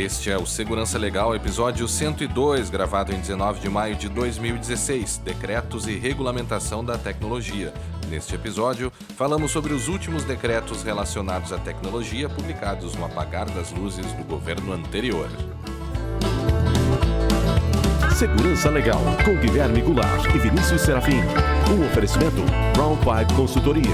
Este é o Segurança Legal, episódio 102, gravado em 19 de maio de 2016, Decretos e Regulamentação da Tecnologia. Neste episódio, falamos sobre os últimos decretos relacionados à tecnologia publicados no apagar das luzes do governo anterior. Segurança Legal, com Guilherme Goulart e Vinícius Serafim. Um oferecimento Brown Pipe Consultoria.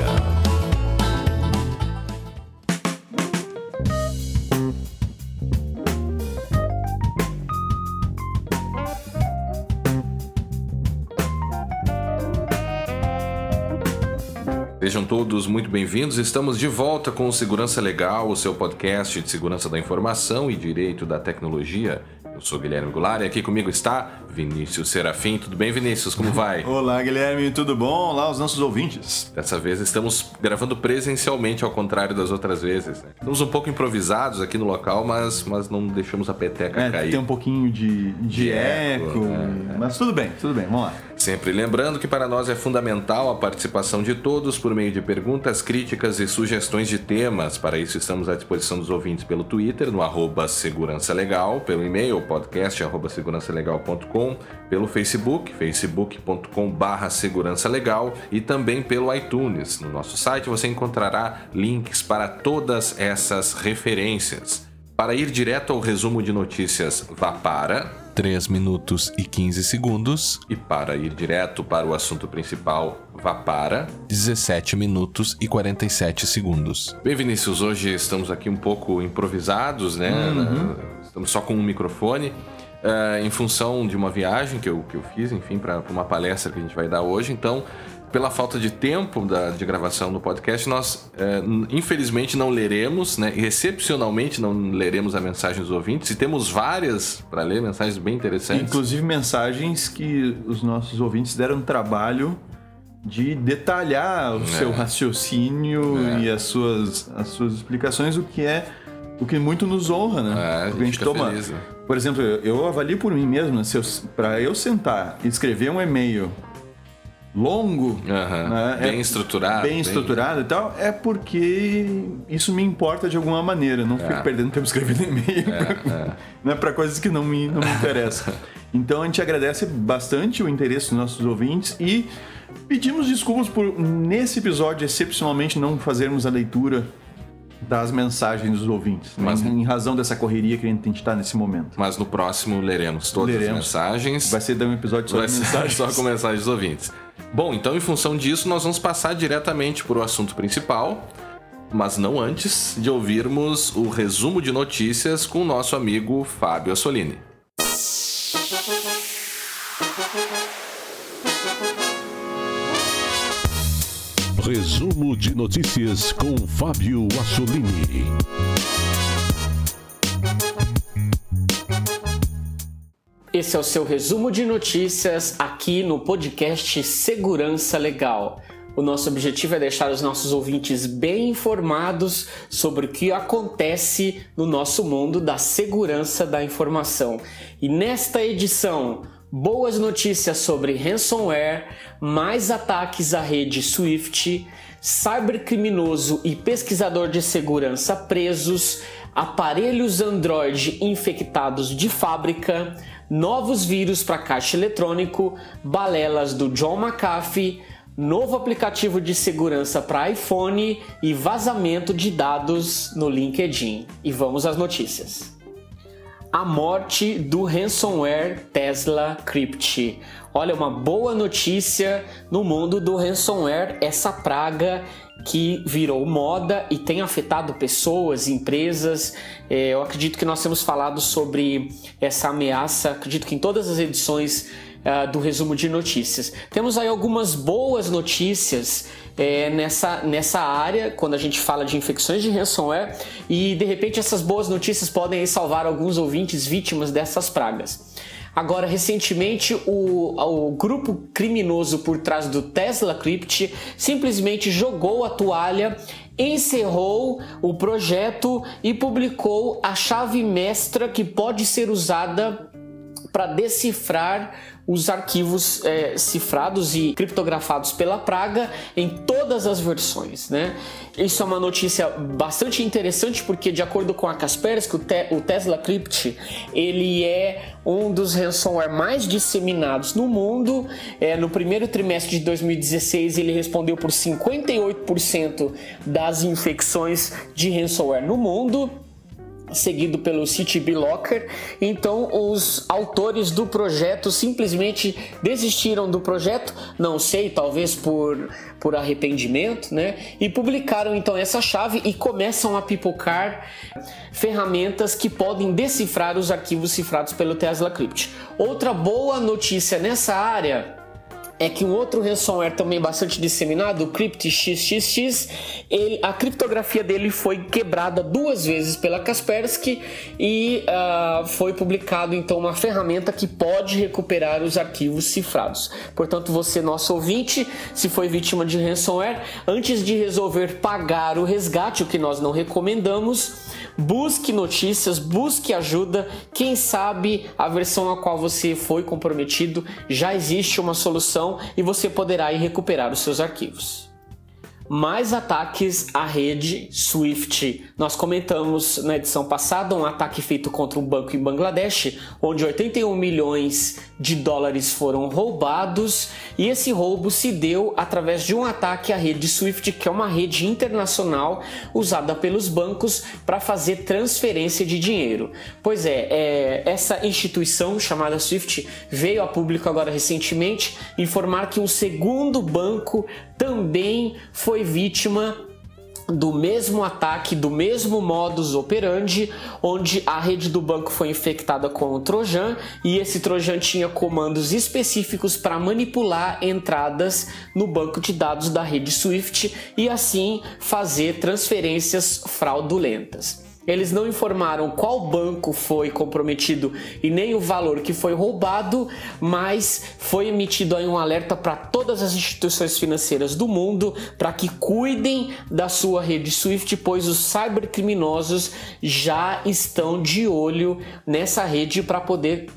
Sejam todos muito bem-vindos, estamos de volta com o Segurança Legal, o seu podcast de segurança da informação e direito da tecnologia. Eu sou Guilherme Goulart e aqui comigo está Vinícius Serafim. Tudo bem, Vinícius? Como vai? Olá, Guilherme. Tudo bom? Olá, os nossos ouvintes. Dessa vez estamos gravando presencialmente, ao contrário das outras vezes, né? Estamos um pouco improvisados aqui no local, mas não deixamos a peteca cair. Tem um pouquinho de eco, mas tudo bem, vamos lá. Sempre lembrando que para nós é fundamental a participação de todos por meio de perguntas, críticas e sugestões de temas. Para isso estamos à disposição dos ouvintes pelo Twitter, no @segurançalegal, pelo e-mail podcast@segurançalegal.com, pelo Facebook, facebook.com/segurançalegal e também pelo iTunes. No nosso site você encontrará links para todas essas referências. Para ir direto ao resumo de notícias, vá para 3 minutos e 15 segundos. E para ir direto para o assunto principal, vá para 17 minutos e 47 segundos. Bem, Vinícius, hoje estamos aqui um pouco improvisados, né? Estamos só com um microfone. Em função de uma viagem que eu fiz, enfim, para uma palestra que a gente vai dar hoje. Então, pela falta de tempo de gravação no podcast, nós infelizmente não leremos, né? Excepcionalmente não leremos a mensagem dos ouvintes, e temos várias para ler, mensagens bem interessantes. Inclusive mensagens que os nossos ouvintes deram trabalho de detalhar o seu raciocínio e as suas explicações, o que muito nos honra, né? A gente toma feliz, né? Por exemplo, eu avalio por mim mesmo, para eu sentar e escrever um e-mail longo, né, bem estruturado e tal, é porque isso me importa de alguma maneira. Não fico perdendo tempo escrevendo e-mail né, para coisas que não me interessam. Então a gente agradece bastante o interesse dos nossos ouvintes e pedimos desculpas por, nesse episódio, excepcionalmente não fazermos a leitura das mensagens dos ouvintes, mas em razão dessa correria que a gente está nesse momento. Mas no próximo leremos todas as mensagens. Vai ser um episódio só só com mensagens dos ouvintes. Bom, então em função disso nós vamos passar diretamente para o assunto principal, mas não antes de ouvirmos o resumo de notícias com o nosso amigo Fábio Assolini. Resumo de notícias com Fábio Assolini. Esse é o seu resumo de notícias aqui no podcast Segurança Legal. O nosso objetivo é deixar os nossos ouvintes bem informados sobre o que acontece no nosso mundo da segurança da informação. E nesta edição, boas notícias sobre ransomware, mais ataques à rede Swift, cybercriminoso e pesquisador de segurança presos, aparelhos Android infectados de fábrica, novos vírus para caixa eletrônico, balelas do John McAfee, novo aplicativo de segurança para iPhone e vazamento de dados no LinkedIn. E vamos às notícias. A morte do ransomware Tesla Crypt. Olha, uma boa notícia no mundo do ransomware, essa praga que virou moda e tem afetado pessoas, empresas. Eu acredito que nós temos falado sobre essa ameaça, acredito que em todas as edições do resumo de notícias. Temos aí algumas boas notícias nessa área, quando a gente fala de infecções de ransomware, e de repente essas boas notícias podem salvar alguns ouvintes vítimas dessas pragas. Agora, recentemente, o grupo criminoso por trás do Tesla Crypt simplesmente jogou a toalha, encerrou o projeto e publicou a chave mestra que pode ser usada para decifrar os arquivos cifrados e criptografados pela praga em todas as versões, né? Isso é uma notícia bastante interessante porque, de acordo com a Kaspersky, o Tesla Crypt ele é um dos ransomware mais disseminados no mundo. No primeiro trimestre de 2016 ele respondeu por 58% das infecções de ransomware no mundo, seguido pelo CityBlocker. Então os autores do projeto simplesmente desistiram do projeto, não sei, talvez por arrependimento, né? E publicaram então essa chave e começam a pipocar ferramentas que podem decifrar os arquivos cifrados pelo Tesla Crypt. Outra boa notícia nessa área é que um outro ransomware também bastante disseminado, o CryptXXX, a criptografia dele foi quebrada 2 vezes pela Kaspersky e foi publicado então uma ferramenta que pode recuperar os arquivos cifrados. Portanto, você, nosso ouvinte, se foi vítima de ransomware, antes de resolver pagar o resgate, o que nós não recomendamos, busque notícias, busque ajuda. Quem sabe a versão a qual você foi comprometido já existe uma solução e você poderá ir recuperar os seus arquivos. Mais ataques à rede SWIFT. Nós comentamos na edição passada um ataque feito contra um banco em Bangladesh, onde 81 milhões de dólares foram roubados, e esse roubo se deu através de um ataque à rede SWIFT, que é uma rede internacional usada pelos bancos para fazer transferência de dinheiro. Pois essa instituição chamada SWIFT veio a público agora recentemente informar que um segundo banco também foi vítima do mesmo ataque, do mesmo modus operandi, onde a rede do banco foi infectada com um trojan e esse trojan tinha comandos específicos para manipular entradas no banco de dados da rede SWIFT e assim fazer transferências fraudulentas. Eles não informaram qual banco foi comprometido e nem o valor que foi roubado, mas foi emitido aí um alerta para todas as instituições financeiras do mundo para que cuidem da sua rede SWIFT, pois os cybercriminosos já estão de olho nessa rede para poder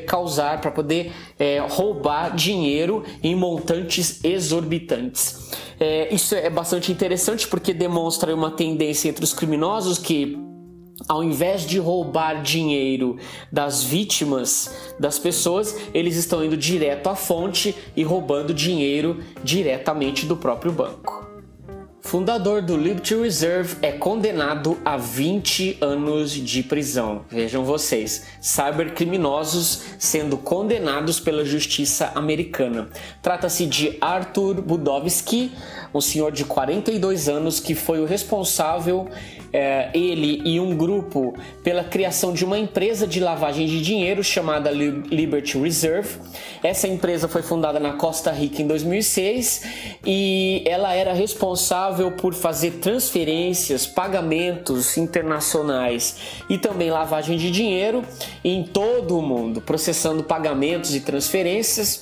roubar dinheiro em montantes exorbitantes. Isso é bastante interessante porque demonstra uma tendência entre os criminosos que, ao invés de roubar dinheiro das vítimas, das pessoas, eles estão indo direto à fonte e roubando dinheiro diretamente do próprio banco. Fundador do Liberty Reserve é condenado a 20 anos de prisão. Vejam vocês, cybercriminosos sendo condenados pela justiça americana. Trata-se de Arthur Budowski, um senhor de 42 anos que foi o responsável, ele e um grupo, pela criação de uma empresa de lavagem de dinheiro chamada Liberty Reserve. Essa empresa foi fundada na Costa Rica em 2006 e ela era responsável por fazer transferências, pagamentos internacionais e também lavagem de dinheiro em todo o mundo, processando pagamentos e transferências.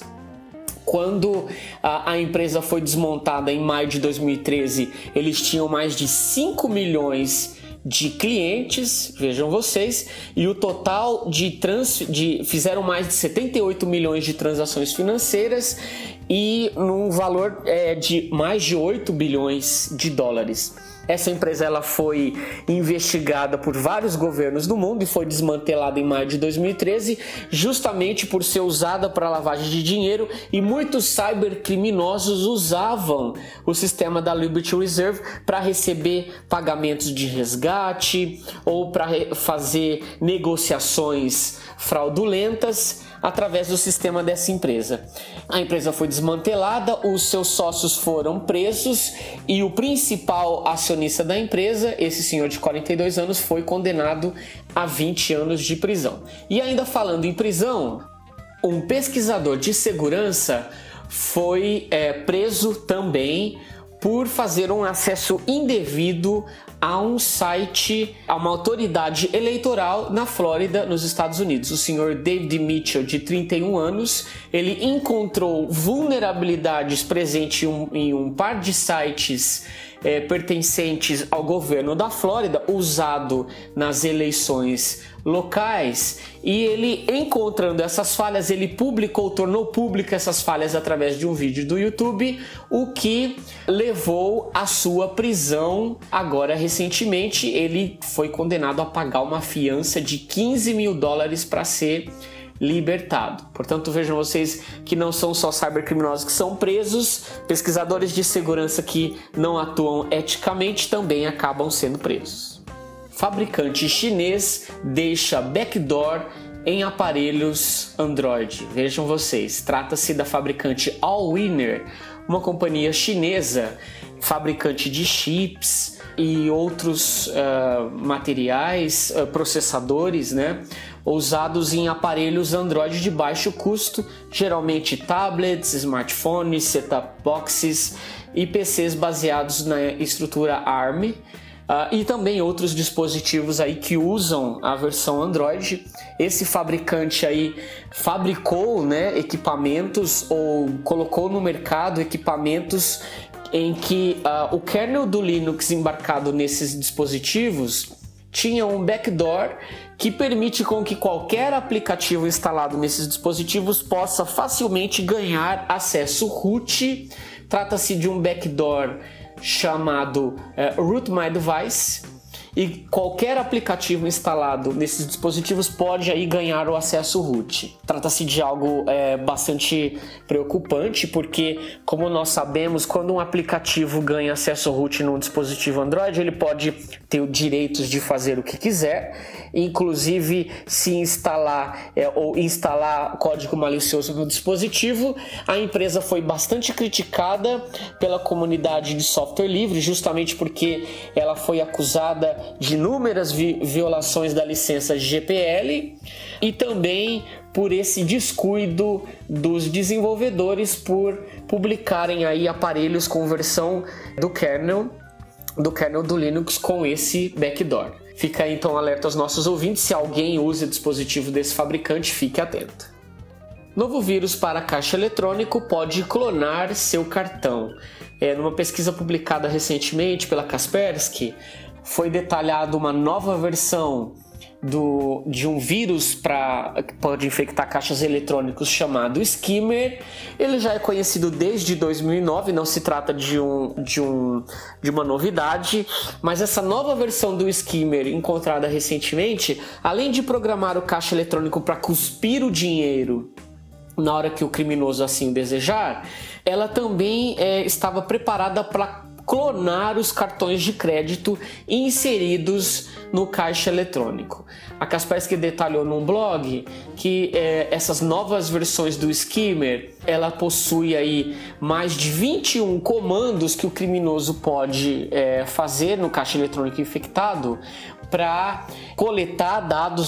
Quando a empresa foi desmontada em maio de 2013, eles tinham mais de 5 milhões de clientes, vejam vocês, e o total fizeram mais de 78 milhões de transações financeiras e num valor de mais de 8 bilhões de dólares. Essa empresa ela foi investigada por vários governos do mundo e foi desmantelada em maio de 2013, justamente por ser usada para lavagem de dinheiro, e muitos cybercriminosos usavam o sistema da Liberty Reserve para receber pagamentos de resgate ou para fazer negociações fraudulentas através do sistema dessa empresa. A empresa foi desmantelada, os seus sócios foram presos e o principal acionista da empresa, esse senhor de 42 anos, foi condenado a 20 anos de prisão. E ainda falando em prisão, um pesquisador de segurança foi preso também por fazer um acesso indevido a um site, a uma autoridade eleitoral na Flórida, nos Estados Unidos. O senhor David Mitchell, de 31 anos, ele encontrou vulnerabilidades presentes em um par de sites pertencentes ao governo da Flórida, usado nas eleições locais, e ele, encontrando essas falhas, ele tornou pública essas falhas através de um vídeo do YouTube, o que levou à sua prisão. Agora, recentemente, ele foi condenado a pagar uma fiança de $15 mil para ser libertado. Portanto, vejam vocês que não são só cybercriminosos que são presos, pesquisadores de segurança que não atuam eticamente também acabam sendo presos. Fabricante chinês deixa backdoor em aparelhos Android. Vejam vocês, trata-se da fabricante Allwinner, uma companhia chinesa, fabricante de chips e outros materiais, processadores, né, usados em aparelhos Android de baixo custo, geralmente tablets, smartphones, set-top boxes e PCs baseados na estrutura ARM. E também outros dispositivos aí que usam a versão Android. Esse fabricante aí fabricou, né, equipamentos ou colocou no mercado equipamentos em que o kernel do Linux embarcado nesses dispositivos tinha um backdoor que permite com que qualquer aplicativo instalado nesses dispositivos possa facilmente ganhar acesso root. Trata-se de um backdoor chamado Root My Device, e qualquer aplicativo instalado nesses dispositivos pode aí ganhar o acesso root. Trata-se de algo bastante preocupante, porque, como nós sabemos, quando um aplicativo ganha acesso root num dispositivo Android, ele pode ter o direito de fazer o que quiser, inclusive se instalar ou instalar código malicioso no dispositivo. A empresa foi bastante criticada pela comunidade de software livre, justamente porque ela foi acusada de inúmeras violações da licença GPL e também por esse descuido dos desenvolvedores por publicarem aí aparelhos com versão do kernel do Linux com esse backdoor. Fica aí então alerta aos nossos ouvintes: se alguém usa dispositivo desse fabricante, fique atento. Novo vírus para caixa eletrônico pode clonar seu cartão. Numa pesquisa publicada recentemente pela Kaspersky, foi detalhada uma nova versão de um vírus que pode infectar caixas eletrônicos chamado Skimmer. Ele já é conhecido desde 2009, não se trata de uma novidade, mas essa nova versão do Skimmer encontrada recentemente, além de programar o caixa eletrônico para cuspir o dinheiro na hora que o criminoso assim o desejar, ela também estava preparada para clonar os cartões de crédito inseridos no caixa eletrônico. A Kaspersky detalhou num blog que essas novas versões do Skimmer, ela possui aí mais de 21 comandos que o criminoso pode fazer no caixa eletrônico infectado para coletar dados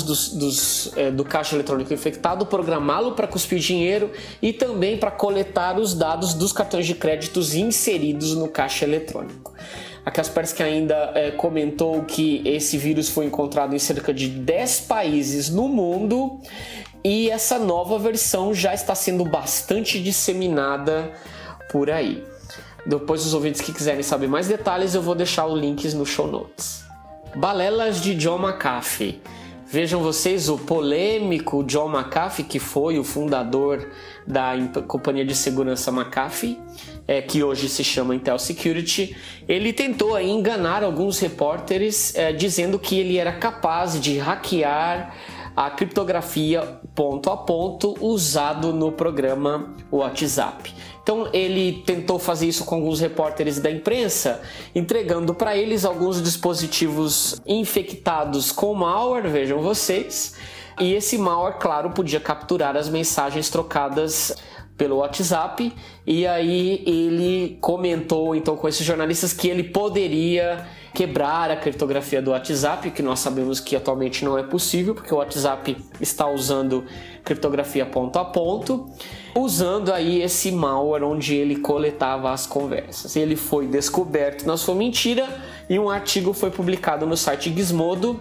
do caixa eletrônico infectado, programá-lo para cuspir dinheiro e também para coletar os dados dos cartões de créditos inseridos no caixa eletrônico. A Kaspersky ainda comentou que esse vírus foi encontrado em cerca de 10 países no mundo e essa nova versão já está sendo bastante disseminada por aí. Depois, os ouvintes que quiserem saber mais detalhes, eu vou deixar os links no show notes. Balelas de John McAfee. Vejam vocês, o polêmico John McAfee, que foi o fundador da companhia de segurança McAfee, que hoje se chama Intel Security, ele tentou aí enganar alguns repórteres dizendo que ele era capaz de hackear a criptografia ponto a ponto usado no programa WhatsApp. Então ele tentou fazer isso com alguns repórteres da imprensa, entregando para eles alguns dispositivos infectados com malware, vejam vocês, e esse malware, claro, podia capturar as mensagens trocadas pelo WhatsApp, e aí ele comentou então com esses jornalistas que ele poderia quebrar a criptografia do WhatsApp, que nós sabemos que atualmente não é possível, porque o WhatsApp está usando criptografia ponto a ponto, usando aí esse malware onde ele coletava as conversas. Ele foi descoberto na sua mentira e um artigo foi publicado no site Gizmodo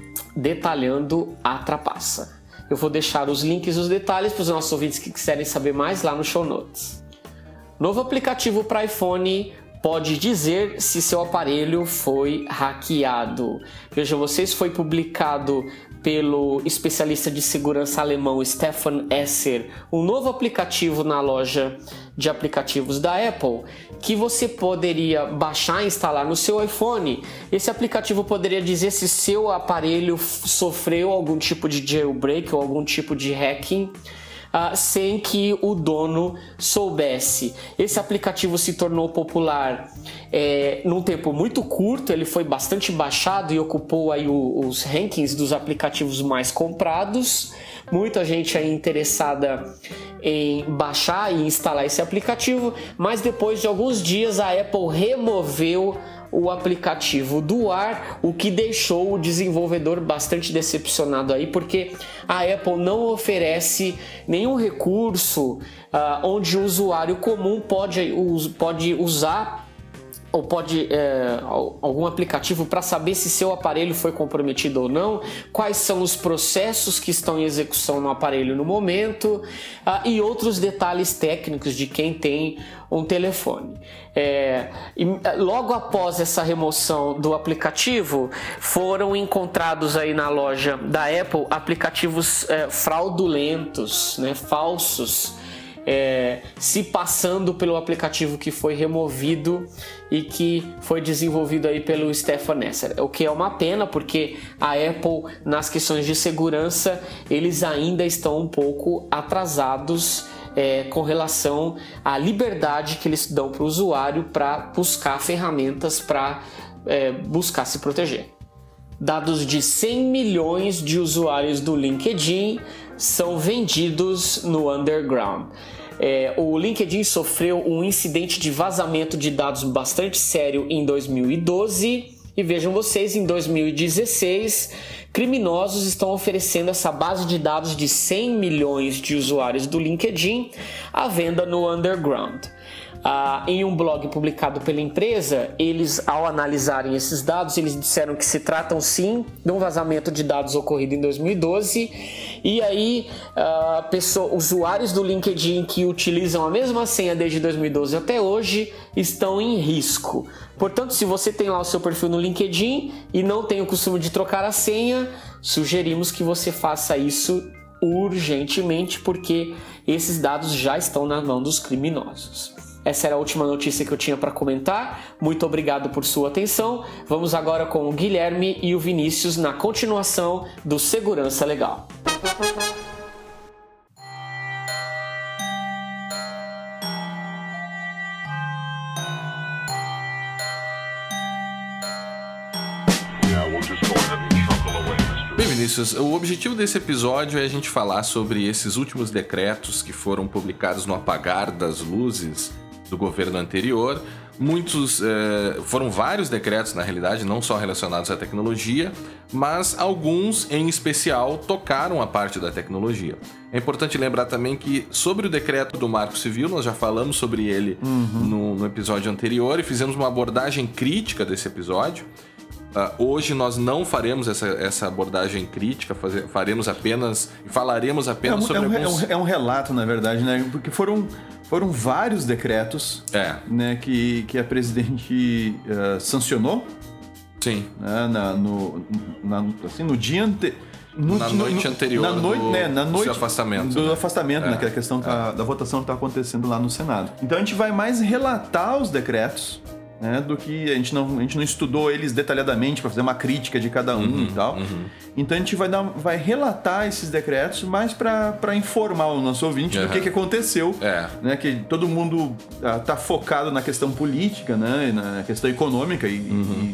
detalhando a trapaça. Eu vou deixar os links e os detalhes para os nossos ouvintes que quiserem saber mais lá no show notes. Novo aplicativo para iPhone pode dizer se seu aparelho foi hackeado. Vejam vocês, foi publicado pelo especialista de segurança alemão Stefan Esser um novo aplicativo na loja de aplicativos da Apple que você poderia baixar e instalar no seu iPhone. Esse aplicativo poderia dizer se seu aparelho sofreu algum tipo de jailbreak ou algum tipo de hacking sem que o dono soubesse. Esse aplicativo se tornou popular num tempo muito curto, ele foi bastante baixado e ocupou aí os rankings dos aplicativos mais comprados. Muita gente aí interessada em baixar e instalar esse aplicativo, mas depois de alguns dias a Apple removeu o aplicativo do ar, o que deixou o desenvolvedor bastante decepcionado aí, porque a Apple não oferece nenhum recurso onde o usuário comum pode usar ou pode algum aplicativo para saber se seu aparelho foi comprometido ou não, quais são os processos que estão em execução no aparelho no momento e outros detalhes técnicos de quem tem um telefone. E logo após essa remoção do aplicativo, foram encontrados aí na loja da Apple aplicativos fraudulentos, né, falsos, se passando pelo aplicativo que foi removido e que foi desenvolvido aí pelo Stefan Esser, o que é uma pena, porque a Apple, nas questões de segurança, eles ainda estão um pouco atrasados com relação à liberdade que eles dão para o usuário para buscar ferramentas para buscar se proteger. Dados de 100 milhões de usuários do LinkedIn são vendidos no underground. O LinkedIn sofreu um incidente de vazamento de dados bastante sério em 2012 e vejam vocês, em 2016, criminosos estão oferecendo essa base de dados de 100 milhões de usuários do LinkedIn à venda no underground. Em um blog publicado pela empresa, eles, ao analisarem esses dados, eles disseram que se tratam sim de um vazamento de dados ocorrido em 2012 e aí usuários do LinkedIn que utilizam a mesma senha desde 2012 até hoje estão em risco. Portanto, se você tem lá o seu perfil no LinkedIn e não tem o costume de trocar a senha, sugerimos que você faça isso urgentemente, porque esses dados já estão na mão dos criminosos. Essa era a última notícia que eu tinha para comentar. Muito obrigado por sua atenção. Vamos agora com o Guilherme e o Vinícius na continuação do Segurança Legal. Bem, Vinícius, o objetivo desse episódio é a gente falar sobre esses últimos decretos que foram publicados no apagar das luzes do governo anterior. Foram vários decretos, na realidade, não só relacionados à tecnologia, mas alguns, em especial, tocaram a parte da tecnologia. É importante lembrar também que, sobre o decreto do Marco Civil, nós já falamos sobre ele no episódio anterior e fizemos uma abordagem crítica desse episódio. Hoje nós não faremos essa abordagem crítica, falaremos apenas sobre alguns... É um relato, na verdade, né? Porque foram vários decretos né, que a presidente sancionou. Sim. Né, no dia noite anterior do afastamento. Do afastamento, né? Que a questão da votação está acontecendo lá no Senado. Então a gente vai mais relatar os decretos, né, do que a gente não estudou eles detalhadamente para fazer uma crítica de cada um e tal. Então a gente vai relatar esses decretos mais para informar o nosso ouvinte do que aconteceu, né, que todo mundo tá focado na questão política, né, na questão econômica e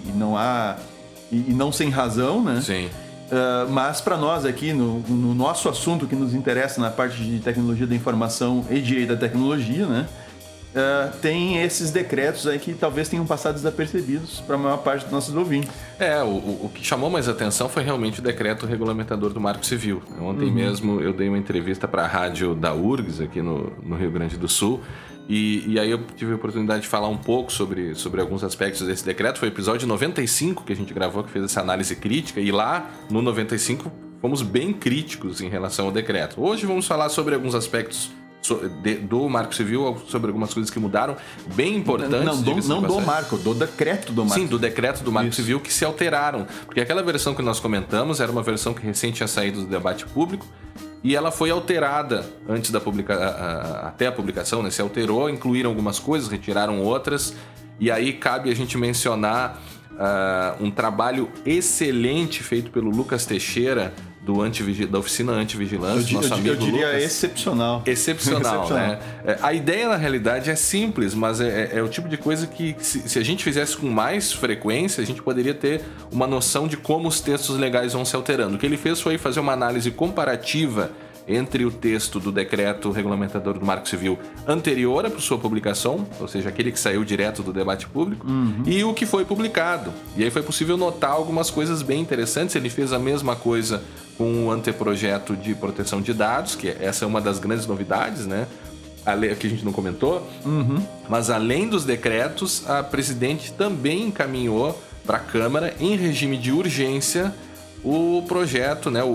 não sem razão, né? Sim. Mas para nós aqui, no nosso assunto que nos interessa na parte de tecnologia da informação e direito da tecnologia, né? Tem esses decretos aí que talvez tenham passado desapercebidos para a maior parte dos nossos ouvintes. O que chamou mais atenção foi realmente o decreto regulamentador do Marco Civil. Ontem mesmo eu dei uma entrevista para a rádio da URGS aqui no Rio Grande do Sul e aí eu tive a oportunidade de falar um pouco sobre alguns aspectos desse decreto. Foi o episódio 95 que a gente gravou, que fez essa análise crítica, e lá no 95 fomos bem críticos em relação ao decreto. Hoje vamos falar sobre alguns aspectos do Marco Civil sobre algumas coisas que mudaram, bem importantes. Não do marco, do decreto do marco. Sim, do decreto do Marco Civil que se alteraram. Porque aquela versão que nós comentamos era uma versão que recém tinha saído do debate público e ela foi alterada antes da até a publicação, né? Se alterou, incluíram algumas coisas, retiraram outras. E aí cabe a gente mencionar um trabalho excelente feito pelo Lucas Teixeira, da Oficina Antivigilância. Eu diria excepcional. Excepcional, né? A ideia, na realidade, é simples, mas é o tipo de coisa que, se a gente fizesse com mais frequência, a gente poderia ter uma noção de como os textos legais vão se alterando. O que ele fez foi fazer uma análise comparativa entre o texto do decreto regulamentador do Marco Civil anterior à sua publicação, ou seja, aquele que saiu direto do debate público, e o que foi publicado. E aí foi possível notar algumas coisas bem interessantes. Ele fez a mesma coisa com o anteprojeto de proteção de dados, que essa é uma das grandes novidades, né? A lei que a gente não comentou. Mas além dos decretos, a presidente também encaminhou para a Câmara, em regime de urgência, o projeto, né?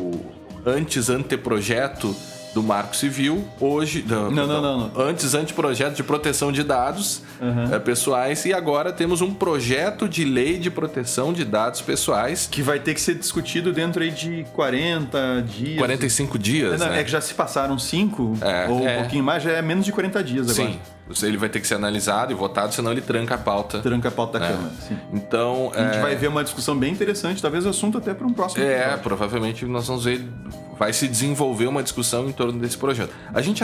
Anteprojeto do Marco Civil, hoje... Não. Antes anteprojeto de proteção de dados pessoais, e agora temos um projeto de lei de proteção de dados pessoais. Que vai ter que ser discutido dentro aí de 40 dias. 45 dias, né? É que já se passaram 5, ou um pouquinho mais, já é menos de 40 dias agora. Sim. Ele vai ter que ser analisado e votado, senão ele tranca a pauta. Tranca a pauta da Câmara, sim. Então... A gente vai ver uma discussão bem interessante, talvez o assunto até para um próximo episódio. Provavelmente nós vamos ver... Vai se desenvolver uma discussão em torno desse projeto. A gente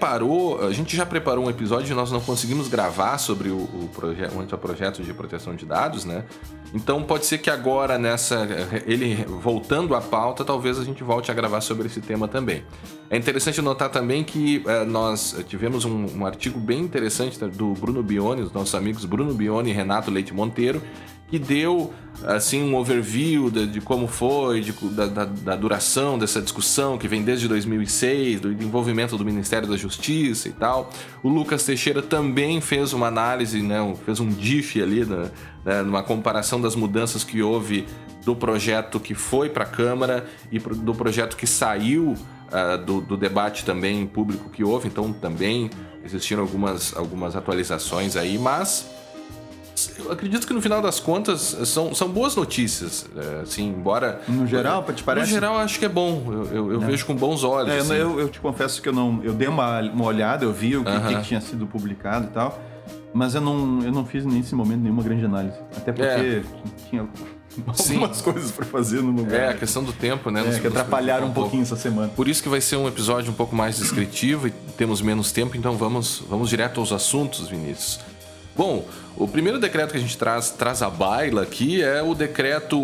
já preparou um episódio e nós não conseguimos gravar sobre o projeto de proteção de dados, né? Então pode ser que agora, ele voltando à pauta, talvez a gente volte a gravar sobre esse tema também. É interessante notar também que nós tivemos um artigo bem interessante do Bruno Bione, os nossos amigos Bruno Bione e Renato Leite Monteiro, que deu assim um overview de como foi, da duração dessa discussão que vem desde 2006, do envolvimento do Ministério da Justiça e tal. O Lucas Teixeira também fez uma análise, né, fez um diff ali, numa comparação das mudanças que houve do projeto que foi para a Câmara e do projeto que saiu do debate também público que houve. Então também existiram algumas atualizações aí, mas... eu acredito que no final das contas são boas notícias, assim, embora... No geral, te parece? No geral, acho que é bom, eu vejo com bons olhos. Assim. Eu te confesso que eu dei uma olhada, eu vi o que tinha sido publicado e tal, mas eu não fiz nesse momento nenhuma grande análise, até porque tinha algumas coisas para fazer no lugar. A questão do tempo, né? Que atrapalharam um pouquinho essa semana. Por isso que vai ser um episódio um pouco mais descritivo e temos menos tempo, então vamos direto aos assuntos, Vinícius. Bom, o primeiro decreto que a gente traz à baila aqui é o decreto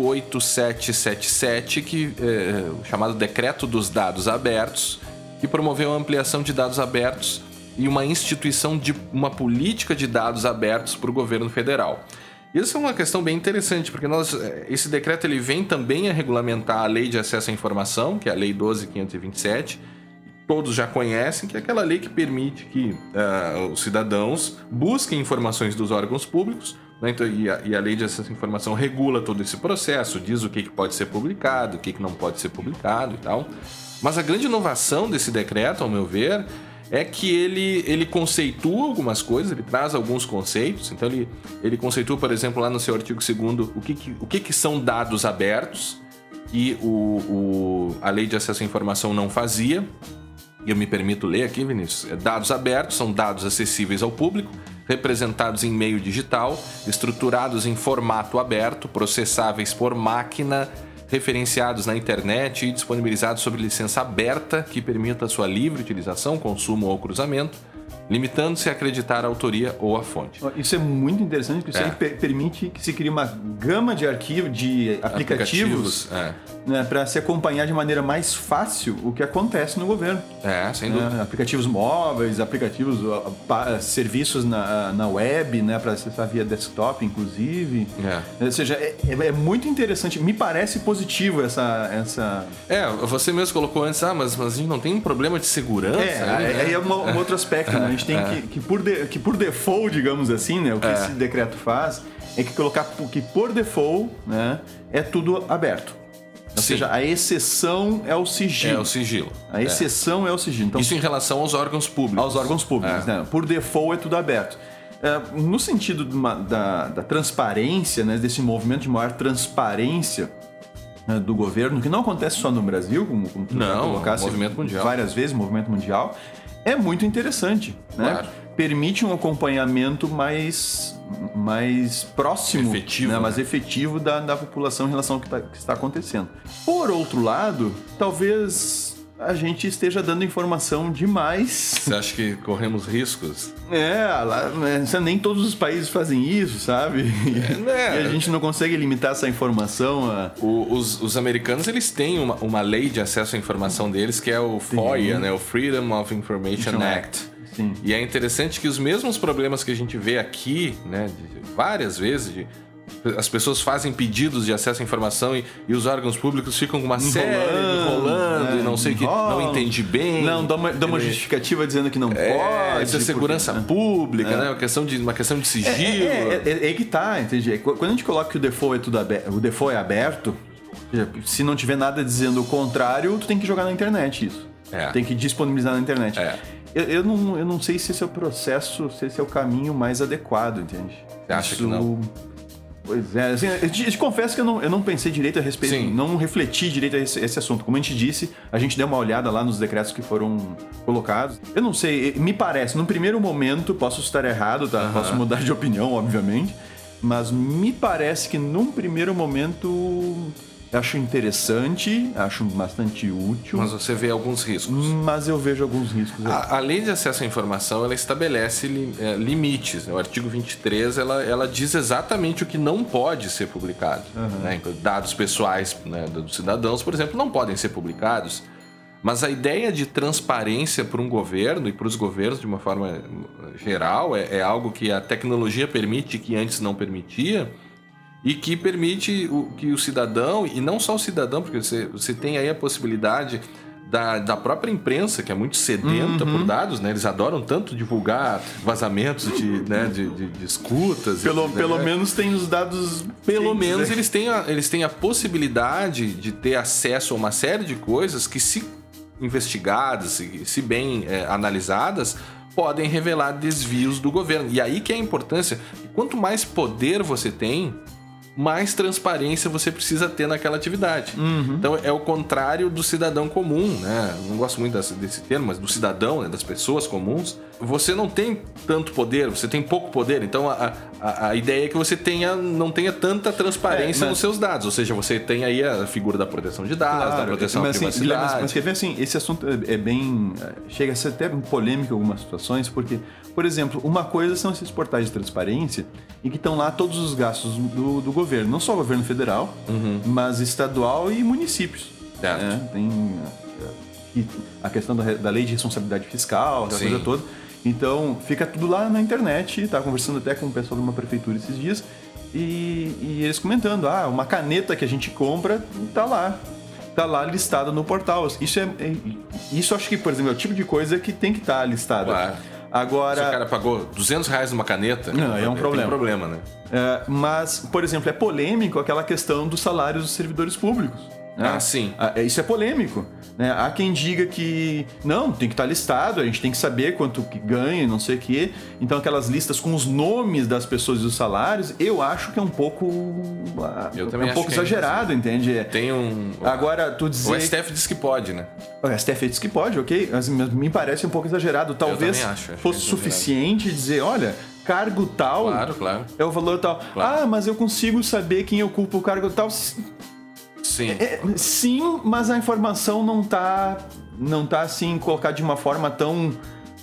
8777, chamado Decreto dos Dados Abertos, que promoveu a ampliação de dados abertos e uma instituição de uma política de dados abertos para o governo federal. Isso é uma questão bem interessante, porque esse decreto ele vem também a regulamentar a Lei de Acesso à Informação, que é a Lei 12.527, todos já conhecem, que é aquela lei que permite que os cidadãos busquem informações dos órgãos públicos, né? Então, e a Lei de Acesso à Informação regula todo esse processo, diz o que pode ser publicado, o que não pode ser publicado e tal. Mas a grande inovação desse decreto, ao meu ver, é que ele conceitua algumas coisas, ele traz alguns conceitos. Então ele conceitua, por exemplo, lá no seu artigo 2º, o que são dados abertos, que a Lei de Acesso à Informação não fazia. E eu me permito ler aqui, Vinícius. Dados abertos são dados acessíveis ao público, representados em meio digital, estruturados em formato aberto, processáveis por máquina, referenciados na internet e disponibilizados sob licença aberta que permita a sua livre utilização, consumo ou cruzamento, limitando-se a acreditar a autoria ou a fonte. Isso é muito interessante, porque isso aí permite que se crie uma gama de aplicativos né, para se acompanhar de maneira mais fácil o que acontece no governo. Sem dúvida. Aplicativos móveis, aplicativos, serviços na web, né, para acessar via desktop, inclusive. Ou seja, é muito interessante. Me parece positivo essa... Você mesmo colocou antes, mas a gente não tem um problema de segurança. Aí é um outro aspecto, né? A gente tem que por default, digamos assim, né, o que esse decreto faz é que colocar que por default, né, é tudo aberto. Ou seja, a exceção é o sigilo. É o sigilo. A exceção é o sigilo. Então, isso em relação aos órgãos públicos. Aos órgãos públicos, né? Por default é tudo aberto. No sentido da transparência, né? Desse movimento de maior transparência, né, do governo, que não acontece só no Brasil, como tu já colocasse movimento mundial. Várias vezes, movimento mundial, é muito interessante, né? Claro. Permite um acompanhamento mais próximo, efetivo, né? Mais efetivo da população em relação ao que está acontecendo. Por outro lado, talvez a gente esteja dando informação demais. Você acha que corremos riscos? Nem todos os países fazem isso, sabe? E a gente não consegue limitar essa informação a... Os americanos, eles têm uma lei de acesso à informação deles, que é o FOIA, né? O Freedom of Information Act. Sim. E é interessante que os mesmos problemas que a gente vê aqui, né, várias vezes, as pessoas fazem pedidos de acesso à informação e os órgãos públicos ficam com uma série enrolando e não sei o que, não entendi bem. Não, dá uma justificativa dizendo que não pode. Isso é segurança pública, né? Uma questão de sigilo. É que tá, entende? Quando a gente coloca que o default é tudo aberto, o default é aberto, se não tiver nada dizendo o contrário, tu tem que jogar na internet isso. Tem que disponibilizar na internet. Eu não sei se esse é o processo, se esse é o caminho mais adequado, entende? Você acha que não? Pois é, assim, eu te confesso que eu não pensei direito a respeito, não refleti direito a esse assunto. Como a gente disse, a gente deu uma olhada lá nos decretos que foram colocados. Eu não sei, me parece, num primeiro momento, posso estar errado, tá? Posso mudar de opinião, obviamente, mas me parece que num primeiro momento... Acho interessante, acho bastante útil. Mas você vê alguns riscos. Mas eu vejo alguns riscos. A lei de acesso à informação, ela estabelece limites. O artigo 23, ela diz exatamente o que não pode ser publicado. Né? Dados pessoais, né, dos cidadãos, por exemplo, não podem ser publicados. Mas a ideia de transparência para um governo e para os governos, de uma forma geral, é algo que a tecnologia permite que antes não permitia. E que permite que o cidadão, e não só o cidadão, porque você tem aí a possibilidade da própria imprensa, que é muito sedenta por dados, né? Eles adoram tanto divulgar vazamentos de escutas. Pelo menos tem os dados... Pelo menos eles têm a possibilidade de ter acesso a uma série de coisas que, se investigadas, se bem analisadas, podem revelar desvios do governo. E aí que é a importância. Quanto mais poder você tem, mais transparência você precisa ter naquela atividade. Então é o contrário do cidadão comum, né? Não gosto muito desse termo, mas do cidadão, né? Das pessoas comuns. Você não tem tanto poder, você tem pouco poder. Então a ideia é que você não tenha tanta transparência nos seus dados. Ou seja, você tem aí a figura da proteção de dados, da proteção à privacidade. Mas quer ver assim, esse assunto é bem... Chega a ser até polêmico em algumas situações, porque, por exemplo, uma coisa são esses portais de transparência e que estão lá todos os gastos do governo. Não só o governo federal, mas estadual e municípios. Certo. Né? Tem a questão da lei de responsabilidade fiscal, aquela coisa toda. Então, fica tudo lá na internet. Estava conversando até com o pessoal de uma prefeitura esses dias e eles comentando, uma caneta que a gente compra tá lá listada no portal. Isso acho que, por exemplo, é o tipo de coisa que tem que estar listada. Claro. Agora, se o cara pagou R$200 numa caneta, não, é um problema. Tem problema, né? Mas, por exemplo, é polêmico aquela questão dos salários dos servidores públicos. Né? Sim. Isso é polêmico. Né? Há quem diga que não, tem que estar listado, a gente tem que saber quanto que ganha, não sei o quê. Então aquelas listas com os nomes das pessoas e os salários, eu acho que é um pouco exagerado, entende? Tem um... Agora, tu dizer... O STF diz que pode, né? O STF diz que pode, ok? Mas me parece um pouco exagerado. Talvez fosse suficiente dizer, olha... Cargo tal claro. É o valor tal. Claro. Mas eu consigo saber quem ocupa o cargo tal. Sim. Sim, mas a informação não tá assim colocada de uma forma tão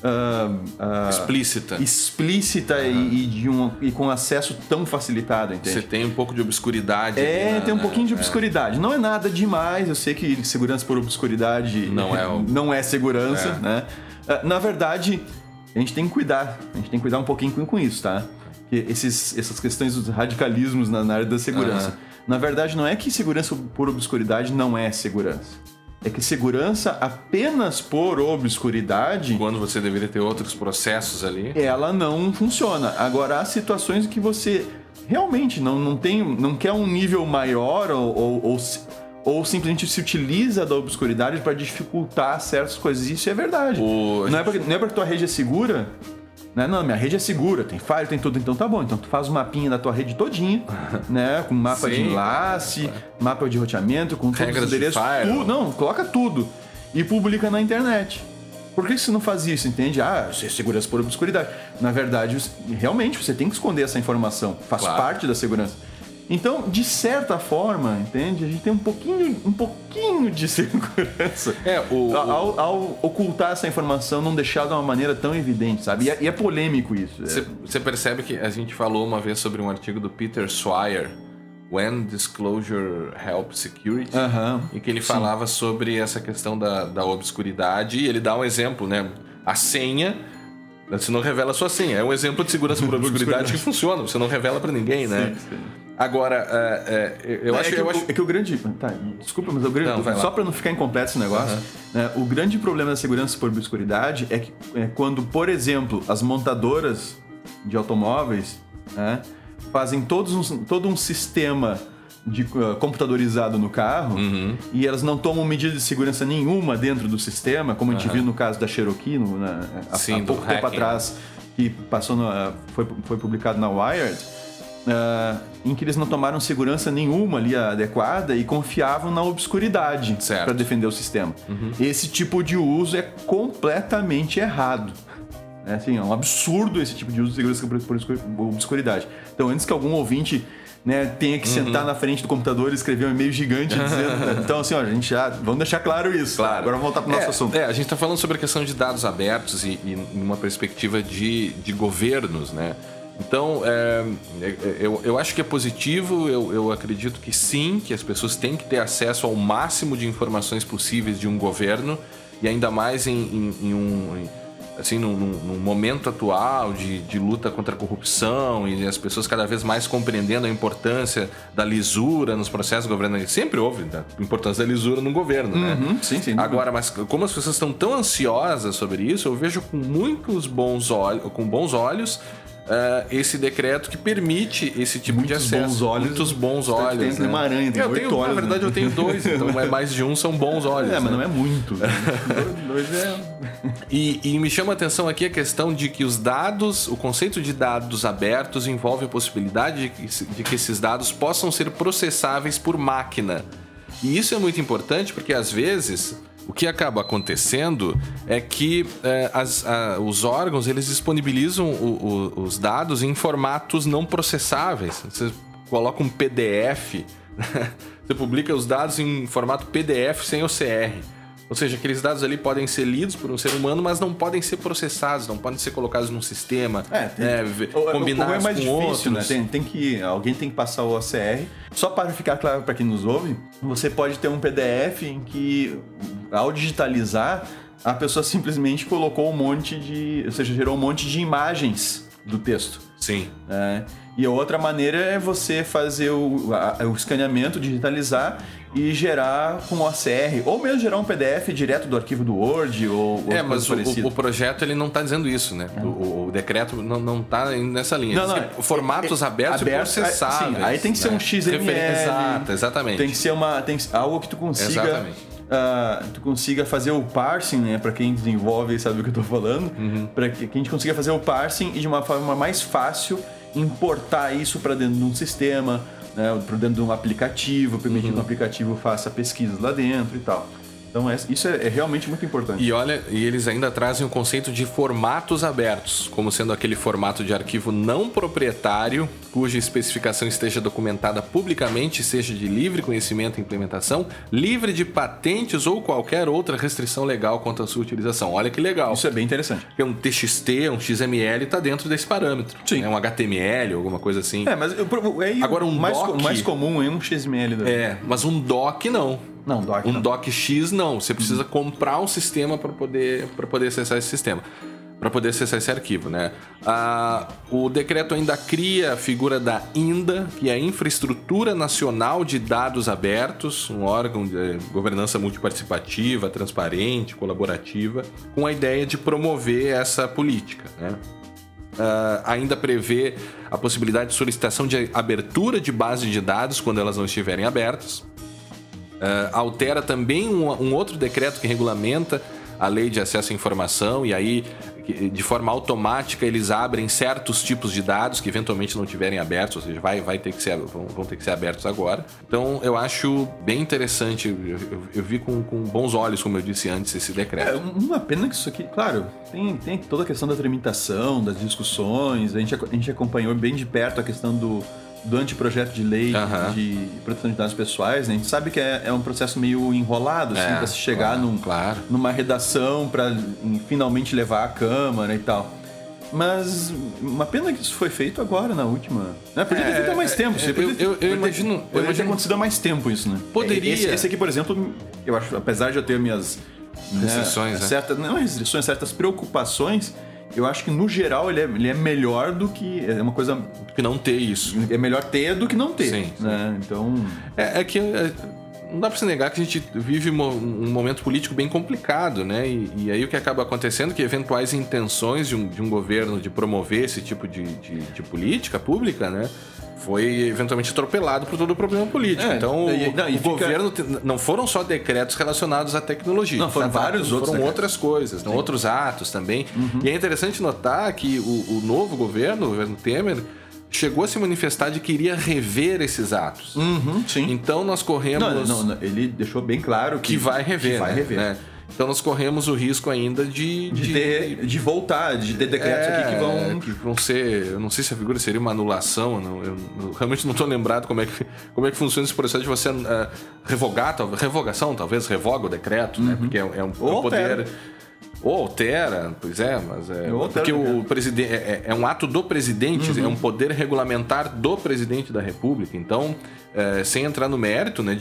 explícita e com acesso tão facilitado, entende? Você tem um pouco de obscuridade. Tem um pouquinho de obscuridade. Não é nada demais. Eu sei que segurança por obscuridade não é segurança, né? Na verdade, a gente tem que cuidar. A gente tem que cuidar um pouquinho com isso, tá? Porque essas questões dos radicalismos na área da segurança. Na verdade, não é que segurança por obscuridade não é segurança. É que segurança apenas por obscuridade... Quando você deveria ter outros processos ali... Ela não funciona. Agora, há situações em que você realmente não quer um nível maior ou ou simplesmente se utiliza da obscuridade para dificultar certas coisas. Isso é verdade. Não é porque tua rede é segura, né? Não, minha rede é segura, tem firewall, tem tudo, então tá bom. Então tu faz um mapinha da tua rede todinha, né? Com mapa de enlace, mapa de roteamento, com todos os endereços, tudo. Não, coloca tudo e publica na internet. Por que você não faz isso, entende? Você é segurança por obscuridade. Na verdade, realmente, você tem que esconder essa informação. Faz parte da segurança. Então, de certa forma, entende? A gente tem um pouquinho de segurança ao ocultar essa informação, não deixar de uma maneira tão evidente, sabe? E é polêmico isso. Você percebe que a gente falou uma vez sobre um artigo do Peter Swire, When Disclosure Helps Security, e que ele falava sobre essa questão da obscuridade, e ele dá um exemplo, né? A senha, você não revela a sua senha. É um exemplo de segurança por obscuridade que funciona, você não revela pra ninguém, né? Sim. Agora, eu acho que o grande... Tá, desculpa, mas o grande... Só pra não ficar incompleto esse negócio, né, o grande problema da segurança por obscuridade é que quando, por exemplo, as montadoras de automóveis, né, fazem todo um sistema computadorizado no carro e elas não tomam medida de segurança nenhuma dentro do sistema, como a gente viu no caso da Cherokee, há pouco tempo atrás, que passou foi publicado na Wired, em que eles não tomaram segurança nenhuma ali adequada e confiavam na obscuridade para defender o sistema. Esse tipo de uso é completamente errado. É um absurdo esse tipo de uso de segurança por obscuridade. Então, antes que algum ouvinte, né, tenha que sentar na frente do computador e escrever um e-mail gigante dizendo... Então, assim, vamos deixar claro isso. Claro. Agora vamos voltar para o nosso assunto. A gente está falando sobre a questão de dados abertos e uma perspectiva de governos, né? Então, eu acho que é positivo, eu acredito que sim, que as pessoas têm que ter acesso ao máximo de informações possíveis de um governo, e ainda mais num momento atual de luta contra a corrupção e as pessoas cada vez mais compreendendo a importância da lisura nos processos governamentais. Sempre houve a importância da lisura no governo, né? Sim. Agora, mas como as pessoas estão tão ansiosas sobre isso, eu vejo com bons olhos esse decreto que permite esse tipo de acesso. Muitos bons olhos. Tem uma aranha, tem 8 olhos. Na verdade, eu tenho 2, então mais de um são bons olhos. Mas não é muito. 2 E me chama a atenção aqui a questão de que o conceito de dados abertos envolve a possibilidade de que esses dados possam ser processáveis por máquina. E isso é muito importante porque, às vezes... O que acaba acontecendo é que os órgãos eles disponibilizam os dados em formatos não processáveis. Você coloca um PDF, você publica os dados em formato PDF sem OCR. Ou seja, aqueles dados ali podem ser lidos por um ser humano, mas não podem ser processados, não podem ser colocados num sistema, combinados mais com difícil, outros. Né? Alguém tem que passar o OCR. Só para ficar claro para quem nos ouve, você pode ter um PDF em que, ao digitalizar, a pessoa simplesmente colocou gerou um monte de imagens do texto. Sim. E a outra maneira é você fazer o escaneamento, digitalizar e gerar com OCR, ou mesmo gerar um PDF direto do arquivo do Word ou mas o projeto ele não está dizendo isso, né? O decreto não está nessa linha. Formatos abertos e processáveis. Sim, aí tem que ser um XML. Exatamente. Tem que ser algo que tu consiga... tu consiga fazer o parsing, né? Para quem desenvolve sabe o que eu tô falando, para que a gente consiga fazer o parsing e de uma forma mais fácil importar isso para dentro de um sistema, né? Para dentro de um aplicativo, permitir que o aplicativo faça pesquisas lá dentro e tal. Então isso é realmente muito importante. E eles ainda trazem o conceito de formatos abertos, como sendo aquele formato de arquivo não proprietário, cuja especificação esteja documentada publicamente, seja de livre conhecimento e implementação, livre de patentes ou qualquer outra restrição legal quanto à sua utilização. Olha que legal. Isso é bem interessante. Porque um TXT, um XML está dentro desse parâmetro. Sim. Um HTML, alguma coisa assim. Mas agora um doc... O mais comum é um XML. Mas um doc não. Não, DocX não. Você precisa comprar um sistema para poder acessar esse sistema, para poder acessar esse arquivo, né? O decreto ainda cria a figura da INDA, que é a Infraestrutura Nacional de Dados Abertos, um órgão de governança multiparticipativa, transparente, colaborativa, com a ideia de promover essa política, né? Ainda prevê a possibilidade de solicitação de abertura de base de dados quando elas não estiverem abertas. altera também um outro decreto que regulamenta a lei de acesso à informação, e aí, de forma automática, eles abrem certos tipos de dados que eventualmente não tiverem abertos, ou seja, vão ter que ser abertos agora. Então, eu acho bem interessante, eu vi com bons olhos, como eu disse antes, esse decreto. Uma pena que isso aqui, claro, tem toda a questão da tramitação, das discussões, a gente acompanhou bem de perto a questão do anteprojeto de lei de proteção de dados pessoais, né? A gente sabe que é um processo meio enrolado, assim, para se chegar numa redação para finalmente levar à Câmara e tal. Mas uma pena que isso foi feito agora, na última. Né? Podia ter feito há mais tempo. Eu imagino ter acontecido há mais tempo isso, né? Poderia. Esse aqui, por exemplo, eu acho, apesar de eu ter minhas restrições, não restrições, certas preocupações, eu acho que, no geral, ele é melhor do que... É uma coisa... Que não ter isso. É melhor ter do que não ter. Sim. Né? Então... Não dá pra se negar que a gente vive um momento político bem complicado, né? E aí o que acaba acontecendo é que eventuais intenções de um governo de promover esse tipo de política pública, né? Foi eventualmente atropelado por todo o problema político. Então, o governo... Não foram só decretos relacionados à tecnologia. Não, foram vários outros. Foram outras coisas, outros atos também. E é interessante notar que o novo governo, o governo Temer, chegou a se manifestar de que iria rever esses atos. Sim. Então, nós corremos... Não, ele deixou bem claro que vai rever. Né? Então nós corremos o risco ainda de voltar, de ter decretos aqui que vão ser... Eu não sei se a figura seria uma anulação, eu realmente não estou lembrado como é que funciona esse processo de você revogação, talvez revoga o decreto, né? Porque é um poder... Ou altera, pois é, mas porque o presidente é um ato do presidente, é um poder regulamentar do presidente da República. Então, sem entrar no mérito, né,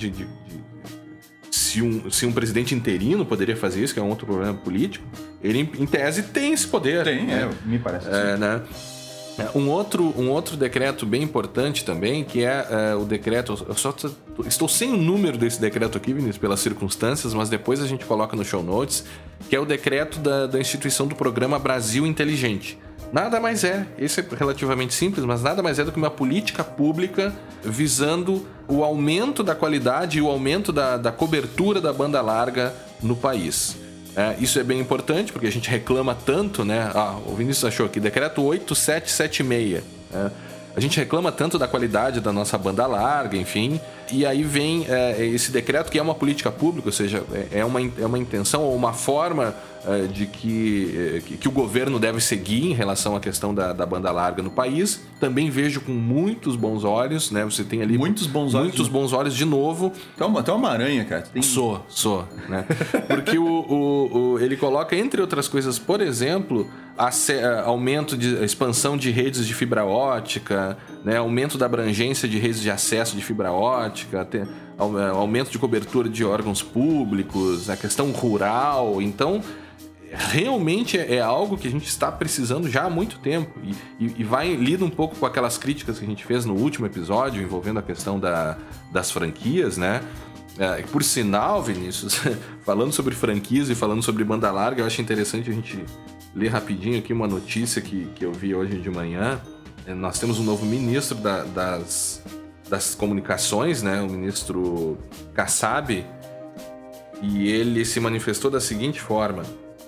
se um presidente interino poderia fazer isso, que é um outro problema político, ele, em tese, tem esse poder. Tem, me parece assim. Né? Um outro decreto bem importante também, que é o decreto... Estou sem o número desse decreto aqui, Vinícius, pelas circunstâncias, mas depois a gente coloca no show notes, que é o decreto da instituição do programa Brasil Inteligente. Nada mais esse é relativamente simples, mas nada mais é do que uma política pública visando o aumento da qualidade e o aumento da cobertura da banda larga no país. Isso é bem importante, porque a gente reclama tanto, né? O Vinícius achou aqui, decreto 8776. A gente reclama tanto da qualidade da nossa banda larga, enfim. E aí vem esse decreto, que é uma política pública, ou seja, é uma intenção ou uma forma de que o governo deve seguir em relação à questão da banda larga no país. Também vejo com muitos bons olhos, né? Você tem ali muitos bons olhos de novo. Até uma aranha, cara. Sou, né? Porque ele coloca, entre outras coisas, por exemplo, expansão de redes de fibra ótica, né? Aumento da abrangência de redes de acesso de fibra ótica, aumento de cobertura de órgãos públicos, a questão rural. Então, realmente é algo que a gente está precisando já há muito tempo e lida um pouco com aquelas críticas que a gente fez no último episódio envolvendo a questão das franquias, né? Por sinal, Vinícius, falando sobre franquias e falando sobre banda larga, eu acho interessante a gente ler rapidinho aqui uma notícia que eu vi hoje de manhã. Nós temos um novo ministro das comunicações, né? O ministro Kassab, e ele se manifestou da seguinte forma.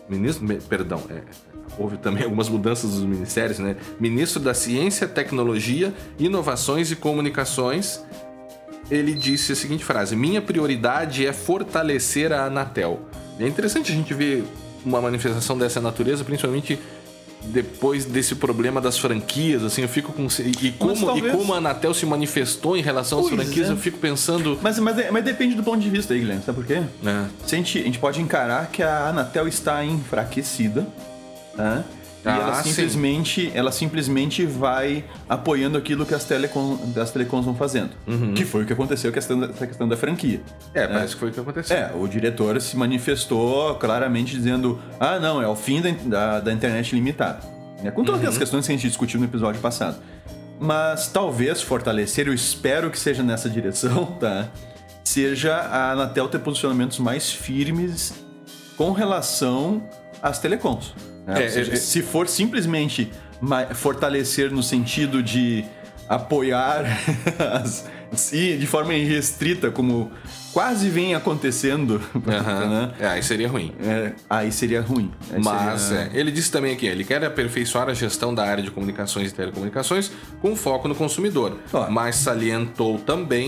Houve também algumas mudanças dos ministérios, né? Ministro da Ciência, Tecnologia, Inovações e Comunicações, ele disse a seguinte frase: minha prioridade é fortalecer a Anatel. É interessante a gente ver uma manifestação dessa natureza, principalmente depois desse problema das franquias, assim, eu fico com... como a Anatel se manifestou em relação às franquias, eu fico pensando... Mas depende do ponto de vista aí, Guilherme, sabe por quê? A gente pode encarar que a Anatel está enfraquecida, né? E ela simplesmente vai apoiando aquilo que as telecoms vão fazendo. Que foi o que aconteceu com essa questão da franquia. Parece que foi o que aconteceu. O diretor se manifestou claramente dizendo: não, é o fim da internet limitada. Com todas as questões que a gente discutiu no episódio passado. Mas talvez fortalecer, eu espero que seja nessa direção, tá? Seja a Anatel ter posicionamentos mais firmes com relação às telecoms. Se for simplesmente fortalecer no sentido de apoiar e de forma irrestrita, como quase vem acontecendo, né? Aí seria ruim. Aí seria ruim. Mas ele disse também aqui, ele quer aperfeiçoar a gestão da área de comunicações e telecomunicações com foco no consumidor. Mas salientou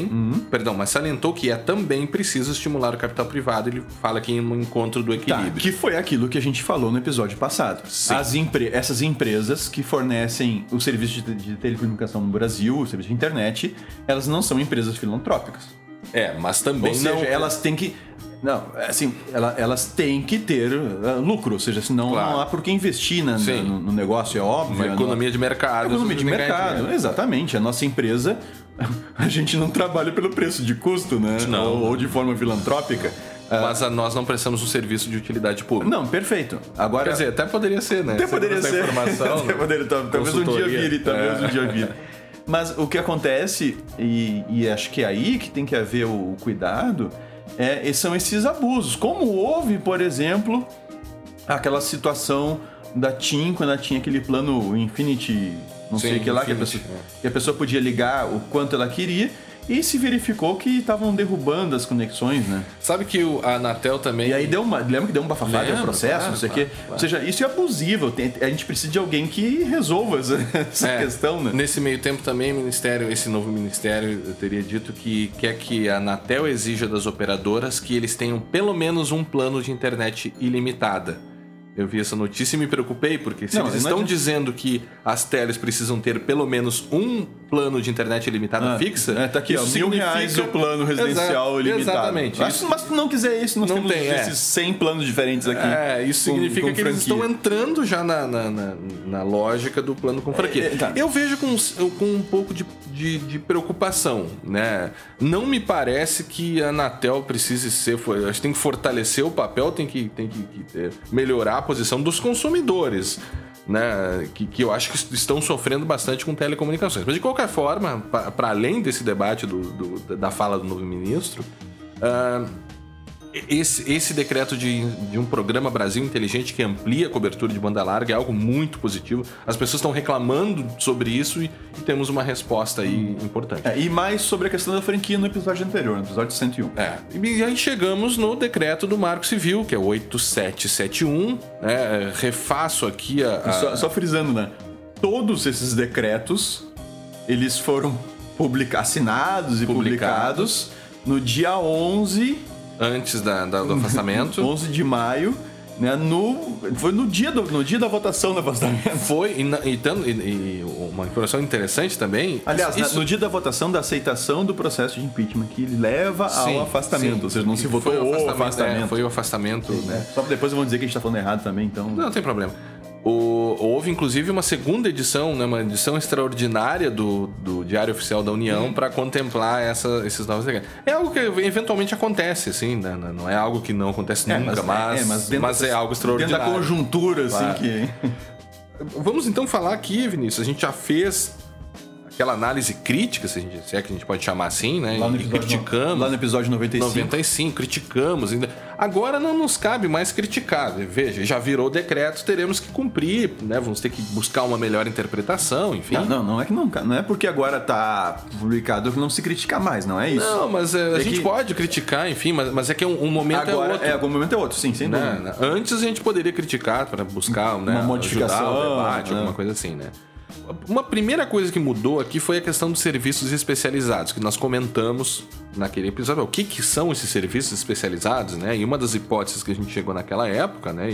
que também preciso estimular o capital privado. Ele fala aqui em um encontro do equilíbrio. Que foi aquilo que a gente falou no episódio passado. Essas empresas que fornecem o serviço de telecomunicação no Brasil, o serviço de internet, elas não são empresas filantrópicas. Mas também elas têm que... Não, assim, elas têm que ter lucro, ou seja, senão não há por que investir no negócio, é óbvio. Uma economia de mercado. Economia de mercado, exatamente. A nossa empresa, a gente não trabalha pelo preço de custo, né? Ou de forma filantrópica. Mas nós não prestamos um serviço de utilidade pública. Não, perfeito. Agora, quer dizer, até poderia ser, né? Até poderia ser. Informação, talvez um dia vire. Mas o que acontece, e acho que é aí que tem que haver o cuidado, são esses abusos. Como houve, por exemplo, aquela situação da TIM, quando ela tinha aquele plano Infinity, sei o que lá, que a pessoa podia ligar o quanto ela queria, e se verificou que estavam derrubando as conexões, né? Sabe que a Anatel também... E aí lembra que deu um bafafá, deu um processo, não sei o quê. Ou seja, isso é abusivo. A gente precisa de alguém que resolva essa questão, né? Nesse meio tempo também, esse novo ministério, eu teria dito que quer que a Anatel exija das operadoras que eles tenham pelo menos um plano de internet ilimitada. Eu vi essa notícia e me preocupei, porque se eles estão dizendo que as teles precisam ter pelo menos um plano de internet ilimitada fixa... Tá aqui, ó, R$1.000 o plano residencial ilimitado. Exatamente. Mas se não quiser isso, nós temos esses 100 planos diferentes aqui. Isso significa que eles estão entrando já na lógica do plano com franquia. Eu vejo com um pouco de preocupação, né? Não me parece que a Anatel precise ser... Acho que tem que fortalecer o papel, tem que melhorar a posição dos consumidores, né, que eu acho que estão sofrendo bastante com telecomunicações. Mas de qualquer forma, para além desse debate da fala do novo ministro, esse decreto de um programa Brasil Inteligente que amplia a cobertura de banda larga é algo muito positivo. As pessoas estão reclamando sobre isso e temos uma resposta aí importante. E mais sobre a questão da franquia no episódio anterior, no episódio 101. E aí chegamos no decreto do Marco Civil, que é o 8771. Refaço aqui Só frisando, né? Todos esses decretos, eles foram assinados e publicados no dia 11... Antes do afastamento. 11 de maio, né? Foi no dia da votação do afastamento. Foi, e uma informação interessante também... Aliás, no dia da votação da aceitação do processo de impeachment, que leva ao afastamento. Ou seja, não se votou o afastamento. Foi o afastamento, né? Só que depois vão dizer que a gente tá falando errado também, então... Não tem problema. Houve, inclusive, uma segunda edição, né, uma edição extraordinária do Diário Oficial da União para contemplar esses novos decretos. É algo que eventualmente acontece, assim, né? Não é algo que não acontece nunca, mas é algo extraordinário. Dentro da conjuntura, assim, que... Vamos então falar aqui, Vinícius, a gente já fez aquela análise crítica, se é que a gente pode chamar assim, né? E criticamos. Lá no episódio 95, criticamos. Agora não nos cabe mais criticar. Veja, já virou decreto, teremos que cumprir, né? Vamos ter que buscar uma melhor interpretação, enfim. Não é que não é porque agora tá publicado que não se critica mais, não é isso. Não, mas a gente pode criticar, enfim, mas é que um momento agora, é outro. Um momento é outro, sim, sem dúvida. Antes a gente poderia criticar para buscar uma modificação, o debate, alguma coisa assim, né? Uma primeira coisa que mudou aqui foi a questão dos serviços especializados, que nós comentamos naquele episódio. O que são esses serviços especializados, né? E uma das hipóteses que a gente chegou naquela época, né?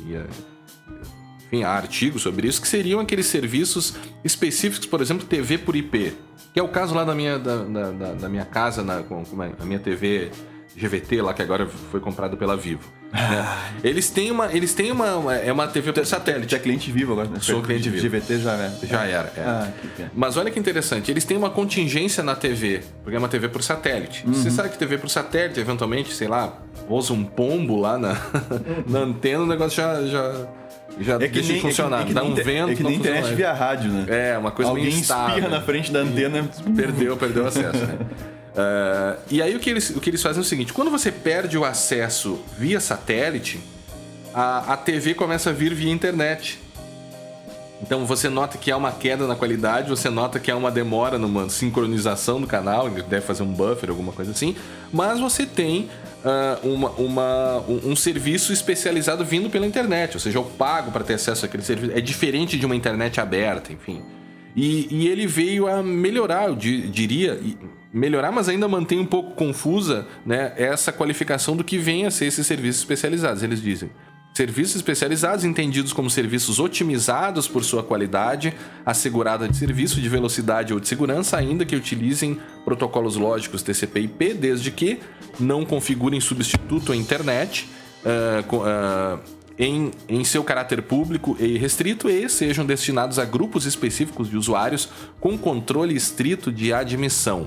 Enfim, há artigos sobre isso, que seriam aqueles serviços específicos, por exemplo, TV por IP, que é o caso lá da minha casa, com a minha TV GVT lá, que agora foi comprado pela Vivo. Eles têm uma TV por satélite. É cliente Vivo agora, né? Sou cliente Vivo. GVT já era. Mas olha que interessante, eles têm uma contingência na TV, porque é uma TV por satélite. Você sabe que TV por satélite, eventualmente, sei lá, pousa um pombo lá na antena, o negócio já deixa de funcionar. Dá um vento. É que nem internet via rádio, né? É, uma coisa meio instável. Alguém espirra na frente da antena. Perdeu acesso, né? E aí o que eles fazem é o seguinte: quando você perde o acesso via satélite, a TV começa a vir via internet. Então você nota que há uma queda na qualidade, você nota que há uma demora numa sincronização do canal, ele deve fazer um buffer, alguma coisa assim, mas você tem um serviço especializado vindo pela internet, ou seja, eu pago para ter acesso àquele serviço, é diferente de uma internet aberta, enfim. E ele veio a melhorar, eu diria, melhorar, mas ainda mantém um pouco confusa, né, essa qualificação do que vem a ser esses serviços especializados. Eles dizem: serviços especializados entendidos como serviços otimizados por sua qualidade assegurada de serviço, de velocidade ou de segurança, ainda que utilizem protocolos lógicos TCP/IP, desde que não configurem substituto à internet em seu caráter público e restrito e sejam destinados a grupos específicos de usuários com controle estrito de admissão.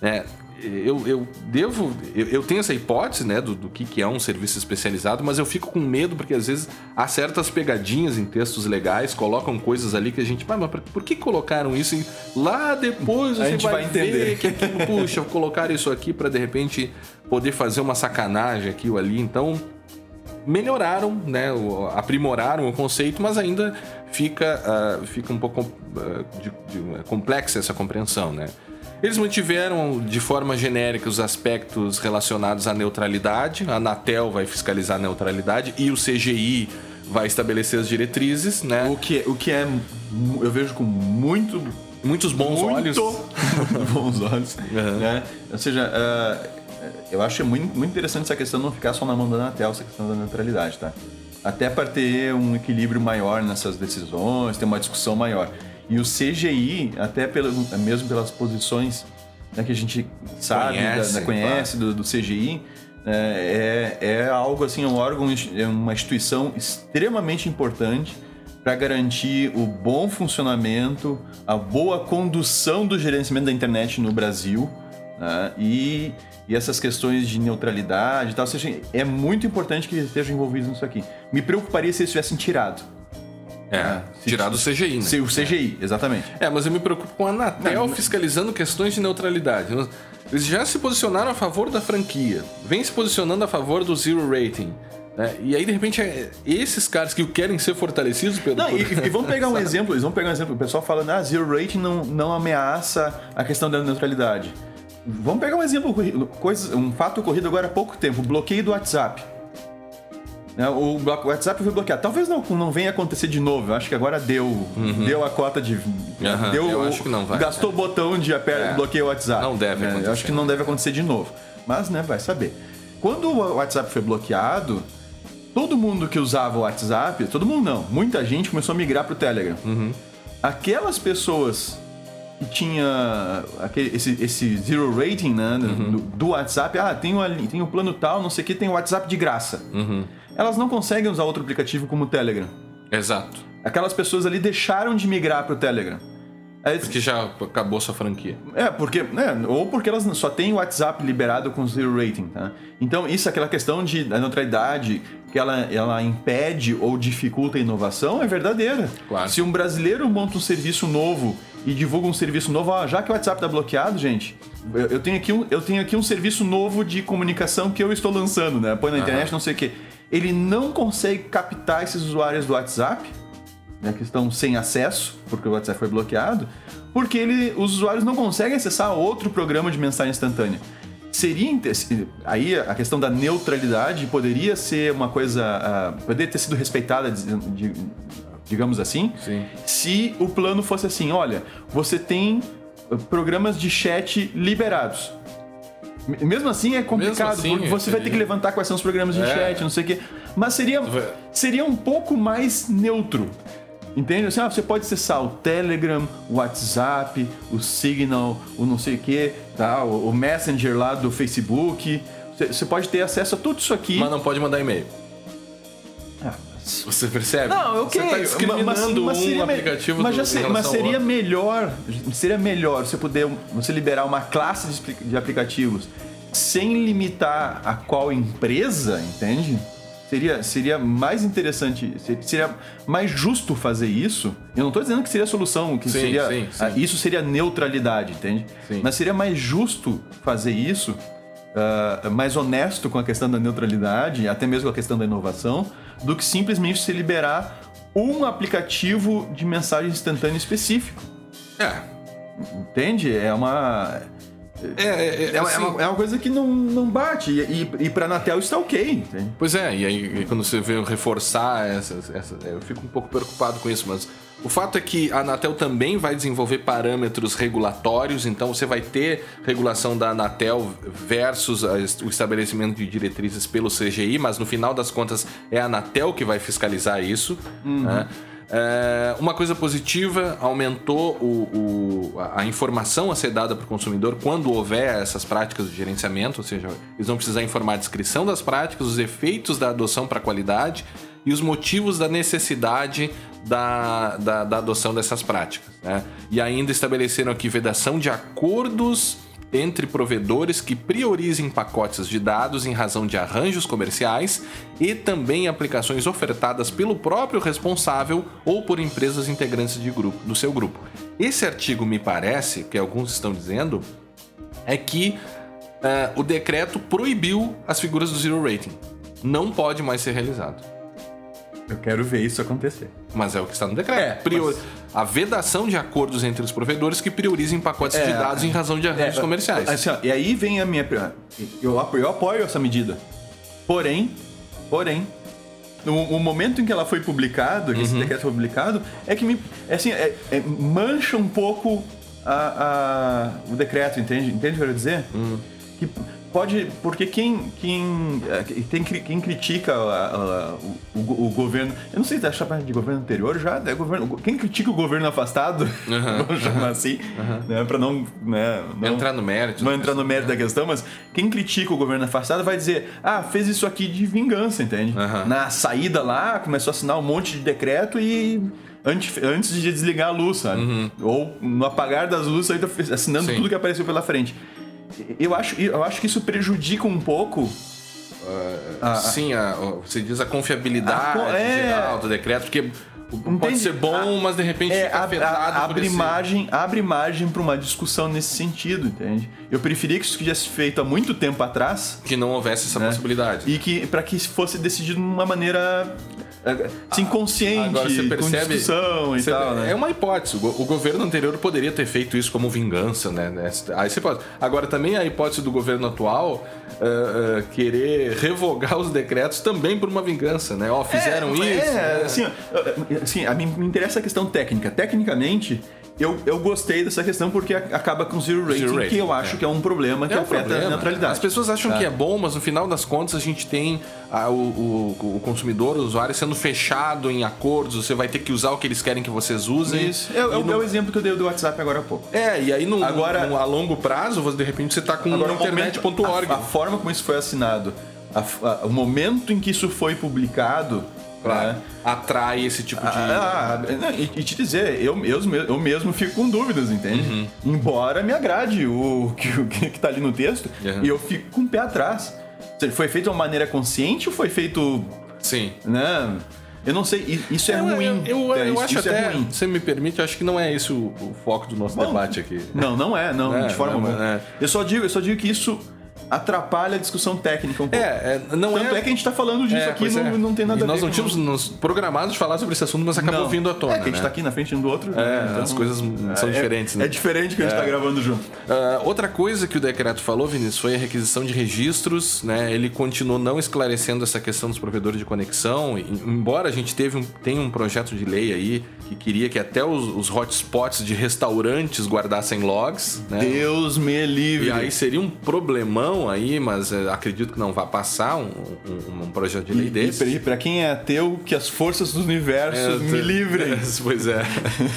Eu tenho essa hipótese, né, do que é um serviço especializado, mas eu fico com medo porque às vezes há certas pegadinhas em textos legais, colocam coisas ali que a gente... mas por que colocaram isso? E lá depois a gente vai entender que puxa, colocaram isso aqui para de repente poder fazer uma sacanagem aqui ou ali. Então melhoraram, né, aprimoraram o conceito, mas ainda fica um pouco complexa essa compreensão, né? Eles mantiveram de forma genérica os aspectos relacionados à neutralidade. A Anatel vai fiscalizar a neutralidade e o CGI vai estabelecer as diretrizes, né? O que é eu vejo com muitos bons olhos. Bons olhos, né? Ou seja, eu acho muito interessante essa questão de não ficar só na mão da Anatel, essa questão da neutralidade, tá? Até para ter um equilíbrio maior nessas decisões, ter uma discussão maior. E o CGI, até mesmo pelas posições, né, que a gente sabe, conhece do CGI, é algo assim, um órgão, é uma instituição extremamente importante para garantir o bom funcionamento, a boa condução do gerenciamento da internet no Brasil, né, e essas questões de neutralidade e tal. Ou seja, é muito importante que eles estejam envolvidos nisso aqui. Me preocuparia se eles tivessem tirado. Tirar do CGI, né? O CGI, exatamente. Mas eu me preocupo com a Anatel fiscalizando questões de neutralidade. Eles já se posicionaram a favor da franquia, vem se posicionando a favor do Zero Rating, né? E aí, de repente, esses caras que querem ser fortalecidos pelo... E vamos pegar um exemplo, o pessoal fala, Zero Rating não ameaça a questão da neutralidade. Vamos pegar um exemplo, um fato ocorrido agora há pouco tempo, o bloqueio do WhatsApp. O WhatsApp foi bloqueado. Talvez não venha acontecer de novo. Eu acho que agora deu a cota de... eu acho que não vai. Gastou o botão de bloqueio o WhatsApp. Não deve acontecer. Eu acho que não deve acontecer de novo. Mas, vai saber. Quando o WhatsApp foi bloqueado, todo mundo que usava o WhatsApp... Todo mundo não. Muita gente começou a migrar pro Telegram. Aquelas pessoas que tinha esse zero rating, né, do WhatsApp, tem o plano tal, não sei o que, tem o WhatsApp de graça. Elas não conseguem usar outro aplicativo como o Telegram. Exato. Aquelas pessoas ali deixaram de migrar pro Telegram. Porque já acabou sua franquia. Ou porque elas só têm o WhatsApp liberado com zero rating, tá? Então, aquela questão da neutralidade, que ela impede ou dificulta a inovação, é verdadeira. Claro. Se um brasileiro monta um serviço novo e divulga um serviço novo, já que o WhatsApp tá bloqueado, gente, eu tenho aqui um serviço novo de comunicação que eu estou lançando, né? Põe na internet, não sei o quê. Ele não consegue captar esses usuários do WhatsApp, né, que estão sem acesso, porque o WhatsApp foi bloqueado, porque os usuários não conseguem acessar outro programa de mensagem instantânea. Aí a questão da neutralidade poderia ser uma coisa... poderia ter sido respeitada, digamos assim, sim, se o plano fosse assim, olha, você tem programas de chat liberados. Mesmo assim é complicado, assim, porque você vai ter que levantar quais são os programas de chat, não sei o quê. Mas seria um pouco mais neutro. Entende? Assim, você pode acessar o Telegram, o WhatsApp, o Signal, o não sei o que, tá? O Messenger lá do Facebook. Você pode ter acesso a tudo isso aqui. Mas não pode mandar e-mail. Você percebe? Não, ok. Você está discriminando um aplicativo mas seria melhor você liberar uma classe de aplicativos sem limitar a qual empresa, entende? Seria mais interessante, seria mais justo fazer isso. Eu não estou dizendo que seria a solução, que sim. Isso seria neutralidade, entende? Sim. Mas seria mais justo fazer isso, mais honesto com a questão da neutralidade, até mesmo com a questão da inovação, do que simplesmente se liberar um aplicativo de mensagem instantânea específico. Entende? É uma coisa que não bate. E pra Anatel está ok, entende? Pois é, e aí quando você vê reforçar eu fico um pouco preocupado com isso, mas o fato é que a Anatel também vai desenvolver parâmetros regulatórios, então você vai ter regulação da Anatel versus o estabelecimento de diretrizes pelo CGI, mas no final das contas é a Anatel que vai fiscalizar isso, né? Uma coisa positiva, aumentou a informação a ser dada para o consumidor quando houver essas práticas de gerenciamento, ou seja, eles vão precisar informar a descrição das práticas, os efeitos da adoção para a qualidade e os motivos da necessidade da adoção dessas práticas, né? E ainda estabeleceram aqui vedação de acordos entre provedores que priorizem pacotes de dados em razão de arranjos comerciais e também aplicações ofertadas pelo próprio responsável ou por empresas integrantes do seu grupo. Esse artigo, me parece, que alguns estão dizendo, é que o decreto proibiu as figuras do Zero Rating. Não pode mais ser realizado. Eu quero ver isso acontecer. Mas é o que está no decreto. A vedação de acordos entre os provedores que priorizem pacotes de dados em razão de arranjos comerciais. Assim, e aí vem a minha... Eu apoio essa medida. Porém, no momento em que ela foi publicada, que esse decreto foi publicado, é que mancha um pouco o decreto, entende? Entende o que eu quero dizer? Que pode... Porque quem critica o governo... Eu não sei se é chamado de governo anterior já. Quem critica o governo afastado, vamos chamar assim, né, para não entrar no mérito. Não entrar no mérito da questão, mas quem critica o governo afastado vai dizer: fez isso aqui de vingança, entende? Na saída lá, começou a assinar um monte de decreto e... Antes de desligar a luz, sabe? Ou no apagar das luzes, aí tá assinando tudo que apareceu pela frente. Eu acho que isso prejudica um pouco. Você diz a confiabilidade geral do decreto, porque pode ser bom, mas de repente fica afetado. Abre margem para uma discussão nesse sentido, entende? Eu preferia que isso tivesse feito há muito tempo atrás. Que não houvesse essa possibilidade. E para que fosse decidido de uma maneira... consciente, agora você percebe, com discussão e tal, né? É uma hipótese. O governo anterior poderia ter feito isso como vingança, né? Aí você pode. Agora, também a hipótese do governo atual querer revogar os decretos também por uma vingança, né? Fizeram isso. Assim, a mim me interessa a questão técnica. Tecnicamente, eu gostei dessa questão porque acaba com Zero Rating, que eu acho que é um problema que afeta a neutralidade. As pessoas acham que é bom, mas no final das contas a gente tem o consumidor, o usuário sendo fechado em acordos. Você vai ter que usar o que eles querem que vocês usem. Isso. É o exemplo que eu dei do WhatsApp agora há pouco. E aí a longo prazo, de repente você está com internet.org. A forma como isso foi assinado, o momento em que isso foi publicado... Claro, atrai esse tipo de... E te dizer, eu mesmo fico com dúvidas, entende? Embora me agrade o que tá ali no texto, e eu fico com o pé atrás. Foi feito de uma maneira consciente ou foi feito... Sim. Né? Eu não sei, isso é ruim. Eu acho até, se você me permite, eu acho que não é esse o foco do nosso debate aqui. Não é, de forma alguma. Eu só digo que isso... atrapalha a discussão técnica um pouco. Tanto é que a gente tá falando disso aqui, não tem nada a ver. Nós não tínhamos nos programados de falar sobre esse assunto, mas acabou vindo à tona. Que a gente tá aqui na frente um do outro. Então, as coisas são diferentes, né? É diferente que a gente tá gravando junto. Outra coisa que o decreto falou, Vinícius, foi a requisição de registros, né? Ele continuou não esclarecendo essa questão dos provedores de conexão, embora a gente tenha um projeto de lei aí que queria que até os hotspots de restaurantes guardassem logs, né? Deus me livre. E aí seria um problemão aí, mas acredito que não vai passar um projeto de lei desse. E pra quem é ateu, que as forças do universo me livrem. Pois é.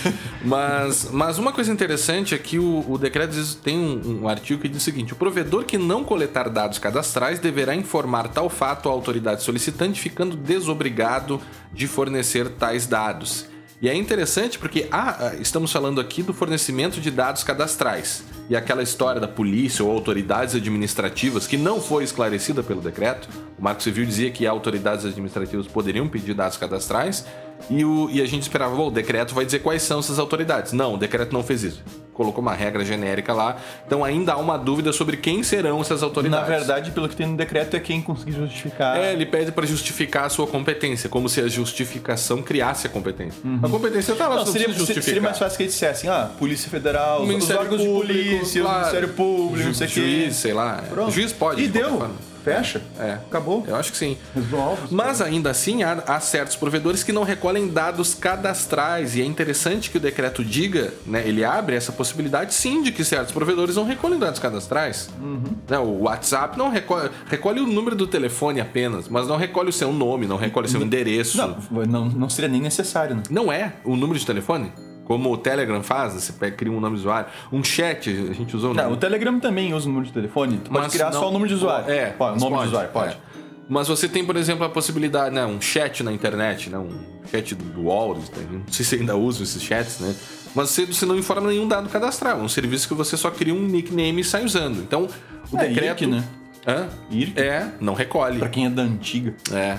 mas uma coisa interessante é que o decreto tem um artigo que diz o seguinte: o provedor que não coletar dados cadastrais deverá informar tal fato à autoridade solicitante, ficando desobrigado de fornecer tais dados. E é interessante porque estamos falando aqui do fornecimento de dados cadastrais. E aquela história da polícia ou autoridades administrativas que não foi esclarecida pelo decreto. O Marco Civil dizia que autoridades administrativas poderiam pedir dados cadastrais e a gente esperava, o decreto vai dizer quais são essas autoridades. Não, o decreto não fez isso. colocou uma regra genérica lá. Então ainda há uma dúvida sobre quem serão essas autoridades. Na verdade, pelo que tem no decreto, é quem conseguir justificar. Ele pede para justificar a sua competência, como se a justificação criasse a competência. A competência tá lá, não, seria mais fácil que eles dissessem, Polícia Federal, os órgãos Público, de polícia, claro, o Ministério Público, não sei o quê. Juiz, sei lá. Pronto. Juiz pode. E deu. Fecha. Acabou. Eu acho que sim. Resolve. Mas ainda assim, há certos provedores que não recolhem dados cadastrais. E é interessante que o decreto diga, né, ele abre essa possibilidade sim de que certos provedores não recolhem dados cadastrais. O WhatsApp não recolhe o número do telefone apenas, mas não recolhe o seu nome, não recolhe o seu endereço. Não seria nem necessário, né? Não é o número de telefone? Como o Telegram faz, você cria um nome de usuário. Um chat, a gente usou o nome. Não, o Telegram também usa o número de telefone. Tu pode criar só o número de usuário. Nome de usuário, pode. Mas você tem, por exemplo, a possibilidade, né, um chat na internet, né, um chat do UOL, não sei se ainda usa esses chats, né? Mas você não informa nenhum dado cadastral. É um serviço que você só cria um nickname e sai usando. Então, o decreto... IRC, né? IRC? Não recolhe. Pra quem é da antiga.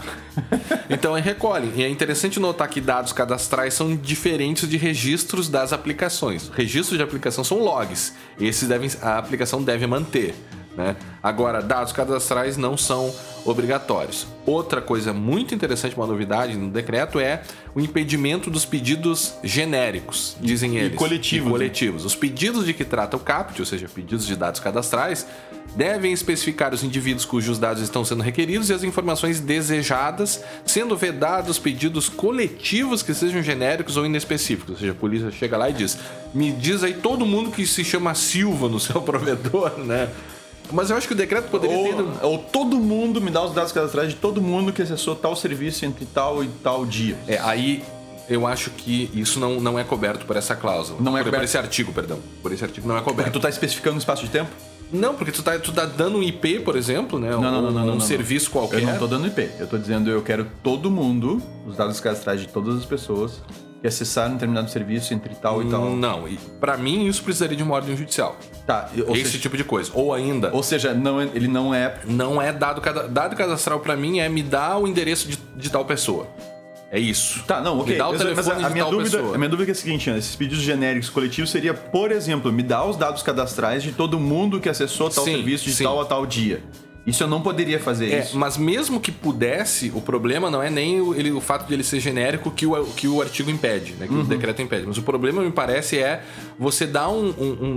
Então recolhe. E é interessante notar que dados cadastrais são diferentes de registros das aplicações. Registros de aplicação são logs. Esses a aplicação deve manter, né? Agora, dados cadastrais não são obrigatórios. Outra coisa muito interessante, uma novidade no decreto é o impedimento dos pedidos genéricos, dizem eles. E coletivos. Os pedidos de que trata o CAPT, ou seja, pedidos de dados cadastrais, devem especificar os indivíduos cujos dados estão sendo requeridos e as informações desejadas, sendo vedados pedidos coletivos que sejam genéricos ou inespecíficos. Ou seja, a polícia chega lá e diz: me diz aí todo mundo que se chama Silva no seu provedor, né? Mas eu acho que o decreto poderia ter... Ou todo mundo me dá os dados cadastrais de todo mundo que acessou tal serviço entre tal e tal dia. Aí eu acho que isso não é coberto por essa cláusula. Não é coberto. Por esse artigo, perdão. Por esse artigo não é coberto. Porque tu tá especificando o espaço de tempo? Não, porque tu tá dando um IP, por exemplo, né? Não, serviço qualquer. Eu não tô dando IP. Eu tô dizendo eu quero todo mundo, os dados cadastrais de todas as pessoas que acessaram um determinado serviço entre tal e tal. Não, e pra mim isso precisaria de uma ordem judicial. Esse tipo de coisa. Ou ainda... Ou seja, ele não é... Não é dado cadastral pra mim, é me dar o endereço de tal pessoa. É isso. Ok. Me dá o telefone de tal pessoa. A minha dúvida é a seguinte, esses pedidos genéricos coletivos seria, por exemplo, me dar os dados cadastrais de todo mundo que acessou tal serviço de tal a tal dia. Isso eu não poderia fazer isso. Mas mesmo que pudesse, o problema não é nem o fato de ele ser genérico que o artigo impede, né? Que o decreto impede. Mas o problema, me parece, é você dar um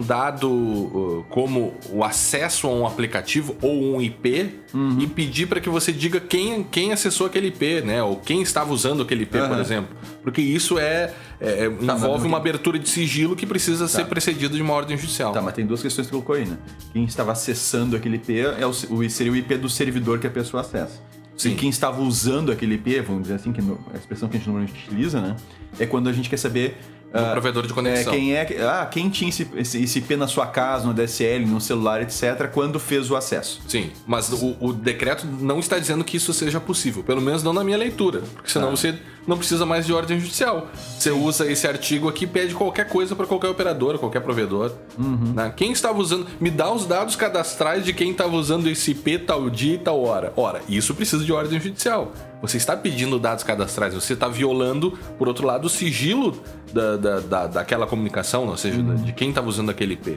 dado como o acesso a um aplicativo ou um IP e pedir para que você diga quem acessou aquele IP, né? Ou quem estava usando aquele IP, por exemplo. Porque isso envolve uma abertura de sigilo que precisa ser precedido de uma ordem judicial. Mas tem duas questões que tu colocou aí, né? Quem estava acessando aquele IP seria o IP do servidor que a pessoa acessa. Sim. E quem estava usando aquele IP, vamos dizer assim, que a expressão que a gente normalmente utiliza, né? É quando a gente quer saber... o provedor de conexão. Quem tinha esse IP na sua casa, no DSL, no celular, etc., quando fez o acesso. Sim, mas o decreto não está dizendo que isso seja possível, pelo menos não na minha leitura, porque senão você não precisa mais de ordem judicial. Você usa esse artigo aqui e pede qualquer coisa para qualquer operador, qualquer provedor. Né? Quem estava usando... Me dá os dados cadastrais de quem estava usando esse IP tal dia e tal hora. Ora, isso precisa de ordem judicial. Você está pedindo dados cadastrais, você está violando, por outro lado, o sigilo daquela comunicação, ou seja, de quem estava usando aquele IP.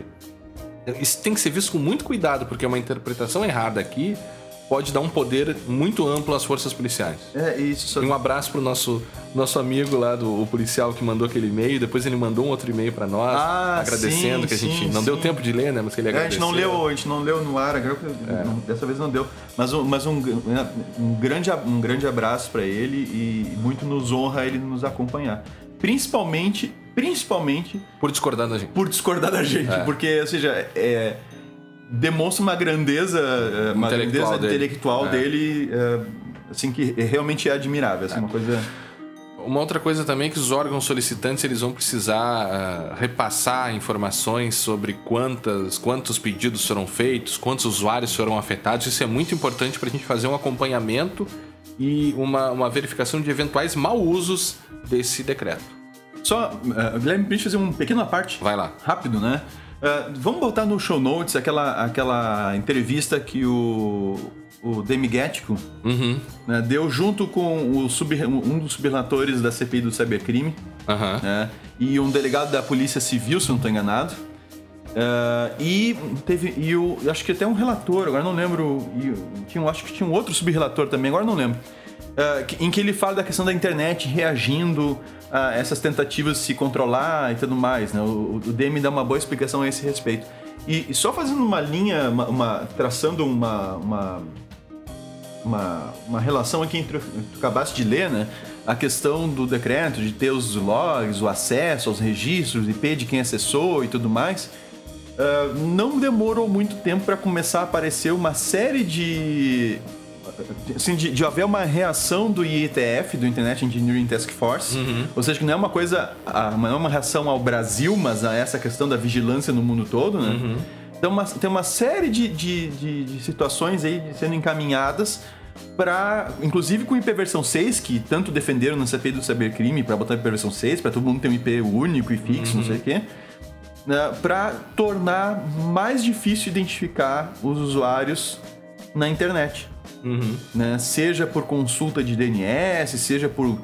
Isso tem que ser visto com muito cuidado, porque uma interpretação errada aqui pode dar um poder muito amplo às forças policiais. Isso. E um abraço pro nosso amigo lá, o policial que mandou aquele e-mail. Depois ele mandou um outro e-mail para nós, agradecendo, que a gente não deu tempo de ler, né? Mas que ele agradeceu. A gente não leu no ar, dessa vez não deu. Mas um grande abraço para ele e muito nos honra ele nos acompanhar. Principalmente por discordar da gente. Porque, ou seja, demonstra uma grandeza intelectual dele, assim, que realmente é admirável, assim, uma coisa... Uma outra coisa também é que os órgãos solicitantes eles vão precisar repassar informações sobre quantos pedidos foram feitos, quantos usuários foram afetados. Isso é muito importante para a gente fazer um acompanhamento e uma verificação de eventuais mau usos desse decreto. Guilherme, pra gente fazer um pequeno parte. Vai lá. Rápido, né? Vamos botar no show notes aquela entrevista que o Demi Guettico né, deu junto com um dos subrelatores da CPI do Cybercrime, né, e um delegado da Polícia Civil, se não estou enganado. E acho que até um relator, agora não lembro, acho que tinha um outro subrelator também, agora não lembro, em que ele fala da questão da internet reagindo a essas tentativas de se controlar e tudo mais, né? O Demi dá uma boa explicação a esse respeito. E só fazendo uma linha, traçando uma relação aqui entre o que tu acabaste de ler, né? A questão do decreto de ter os logs, o acesso aos registros, IP de quem acessou e tudo mais, não demorou muito tempo para começar a aparecer uma série de haver uma reação do IETF, do Internet Engineering Task Force, ou seja, que não é uma coisa, não é uma reação ao Brasil, mas a essa questão da vigilância no mundo todo, né? Então tem uma série de situações aí sendo encaminhadas para, inclusive com o IP versão 6, que tanto defenderam na CPI do Cybercrime, para botar IP versão 6, para todo mundo ter um IP único e fixo, não sei o quê, para tornar mais difícil identificar os usuários na internet. Né? Seja por consulta de DNS, seja por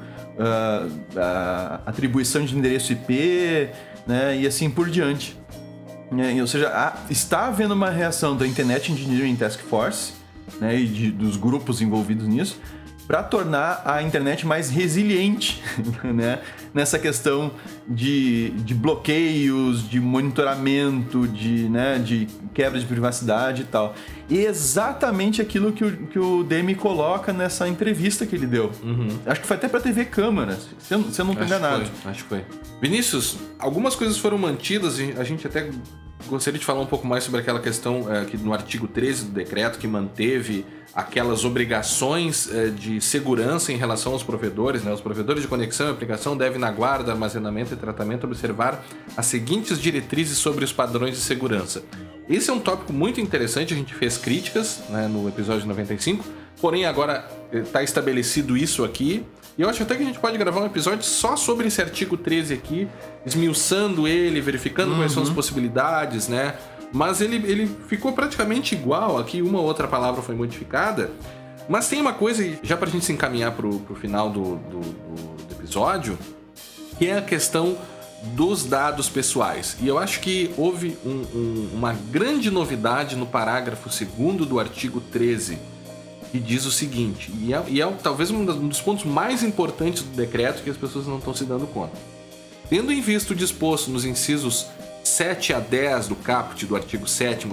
atribuição de endereço IP, né? E assim por diante. Ou seja, está havendo uma reação da Internet Engineering Task Force, né? E dos grupos envolvidos nisso, para tornar a internet mais resiliente, né? Nessa questão de bloqueios, de monitoramento, de quebra de privacidade e tal. E exatamente aquilo que o Demi coloca nessa entrevista que ele deu. Acho que foi até pra TV Câmara, se eu não tô enganado. Acho que foi. Vinícius, algumas coisas foram mantidas, e a gente até gostaria de falar um pouco mais sobre aquela questão que no artigo 13 do decreto, que manteve aquelas obrigações de segurança em relação aos provedores, né? Os provedores de conexão e aplicação devem, na guarda, armazenamento e tratamento, observar as seguintes diretrizes sobre os padrões de segurança. Esse é um tópico muito interessante, a gente fez críticas, né, no episódio 95, porém agora está estabelecido isso aqui, e eu acho até que a gente pode gravar um episódio só sobre esse artigo 13 aqui, esmiuçando ele, verificando quais são as possibilidades, né? Mas ele ficou praticamente igual, aqui uma ou outra palavra foi modificada, mas tem uma coisa, já pra gente se encaminhar pro final do episódio, que é a questão dos dados pessoais. E eu acho que houve uma grande novidade no parágrafo 2º do artigo 13, que diz o seguinte, e é talvez um dos pontos mais importantes do decreto que as pessoas não estão se dando conta. Tendo em vista o disposto nos incisos 7 a 10 do caput do artigo 7º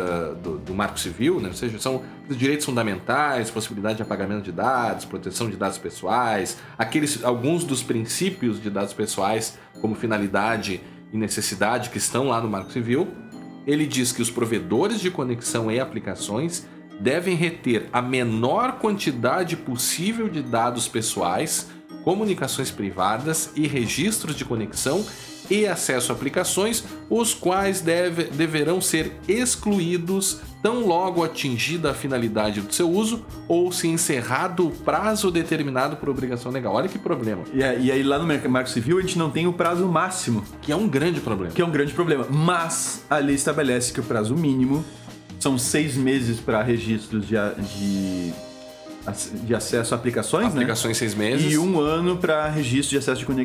do Marco Civil, né? Ou seja, são os direitos fundamentais, possibilidade de apagamento de dados, proteção de dados pessoais, alguns dos princípios de dados pessoais como finalidade e necessidade que estão lá no Marco Civil. Ele diz que os provedores de conexão e aplicações devem reter a menor quantidade possível de dados pessoais, comunicações privadas e registros de conexão e acesso a aplicações, os quais deverão ser excluídos tão logo atingida a finalidade do seu uso ou se encerrado o prazo determinado por obrigação legal. Olha que problema. E aí lá no Marco Civil a gente não tem o prazo máximo. Que é um grande problema. Mas a lei estabelece que o prazo mínimo são 6 meses para registros de acesso a aplicações, aplicações, né? 6 meses. E 1 ano para registro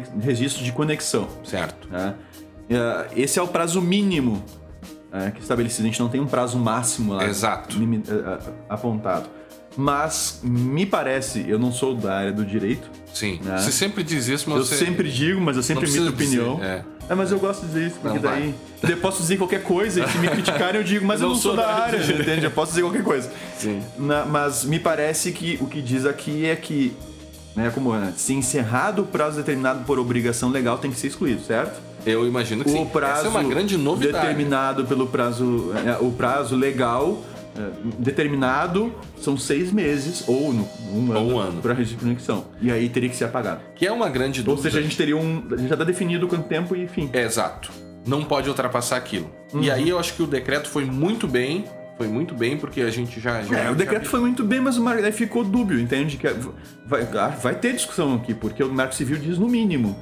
de conexão. Certo. Esse é o prazo mínimo que é estabelecido. A gente não tem um prazo máximo lá. Exato. Apontado. Mas me parece, eu não sou da área do direito. Sim. Né? Você sempre diz isso, mas eu sempre digo, mas eu sempre emito opinião. Mas eu gosto de dizer isso, porque daí eu posso dizer qualquer coisa e se me criticarem eu digo, mas eu não sou da área, entende? Eu posso dizer qualquer coisa. Sim. Mas me parece que o que diz aqui é que, né, se encerrado o prazo determinado por obrigação legal tem que ser excluído, certo? Eu imagino que sim. Essa é uma grande novidade. Determinado pelo prazo, o prazo legal determinado são 6 meses ou um ano para registro de conexão. E aí teria que ser apagado. Que é uma grande dúvida. Ou seja, a gente já está definido quanto tempo e fim. Exato. Não pode ultrapassar aquilo. E aí eu acho que o decreto foi muito bem, porque a gente já o decreto foi muito bem, mas aí ficou dúbio, entende? Que vai ter discussão aqui, porque o Marco Civil diz no mínimo.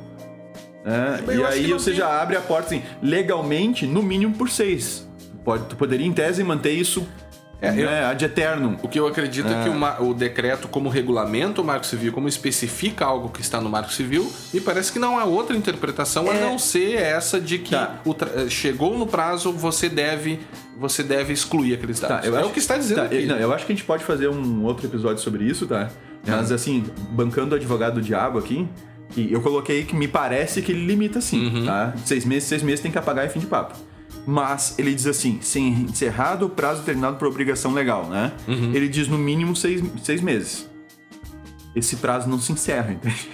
E aí você já abre a porta assim, legalmente, no mínimo por 6. Tu poderia, em tese, manter isso ad eternum. O que eu acredito é que o decreto, como regulamento o Marco Civil, como especifica algo que está no Marco Civil, me parece que não há outra interpretação a não ser essa de que chegou no prazo, você deve excluir aqueles dados. O que está dizendo aqui. Eu acho que a gente pode fazer um outro episódio sobre isso, tá? Mas assim, bancando o advogado do diabo aqui, que eu coloquei que me parece que ele limita assim, tá? 6 meses tem que apagar e fim de papo. Mas ele diz assim, sem encerrado o prazo determinado por obrigação legal, né? Ele diz no mínimo 6 meses. Esse prazo não se encerra, entende?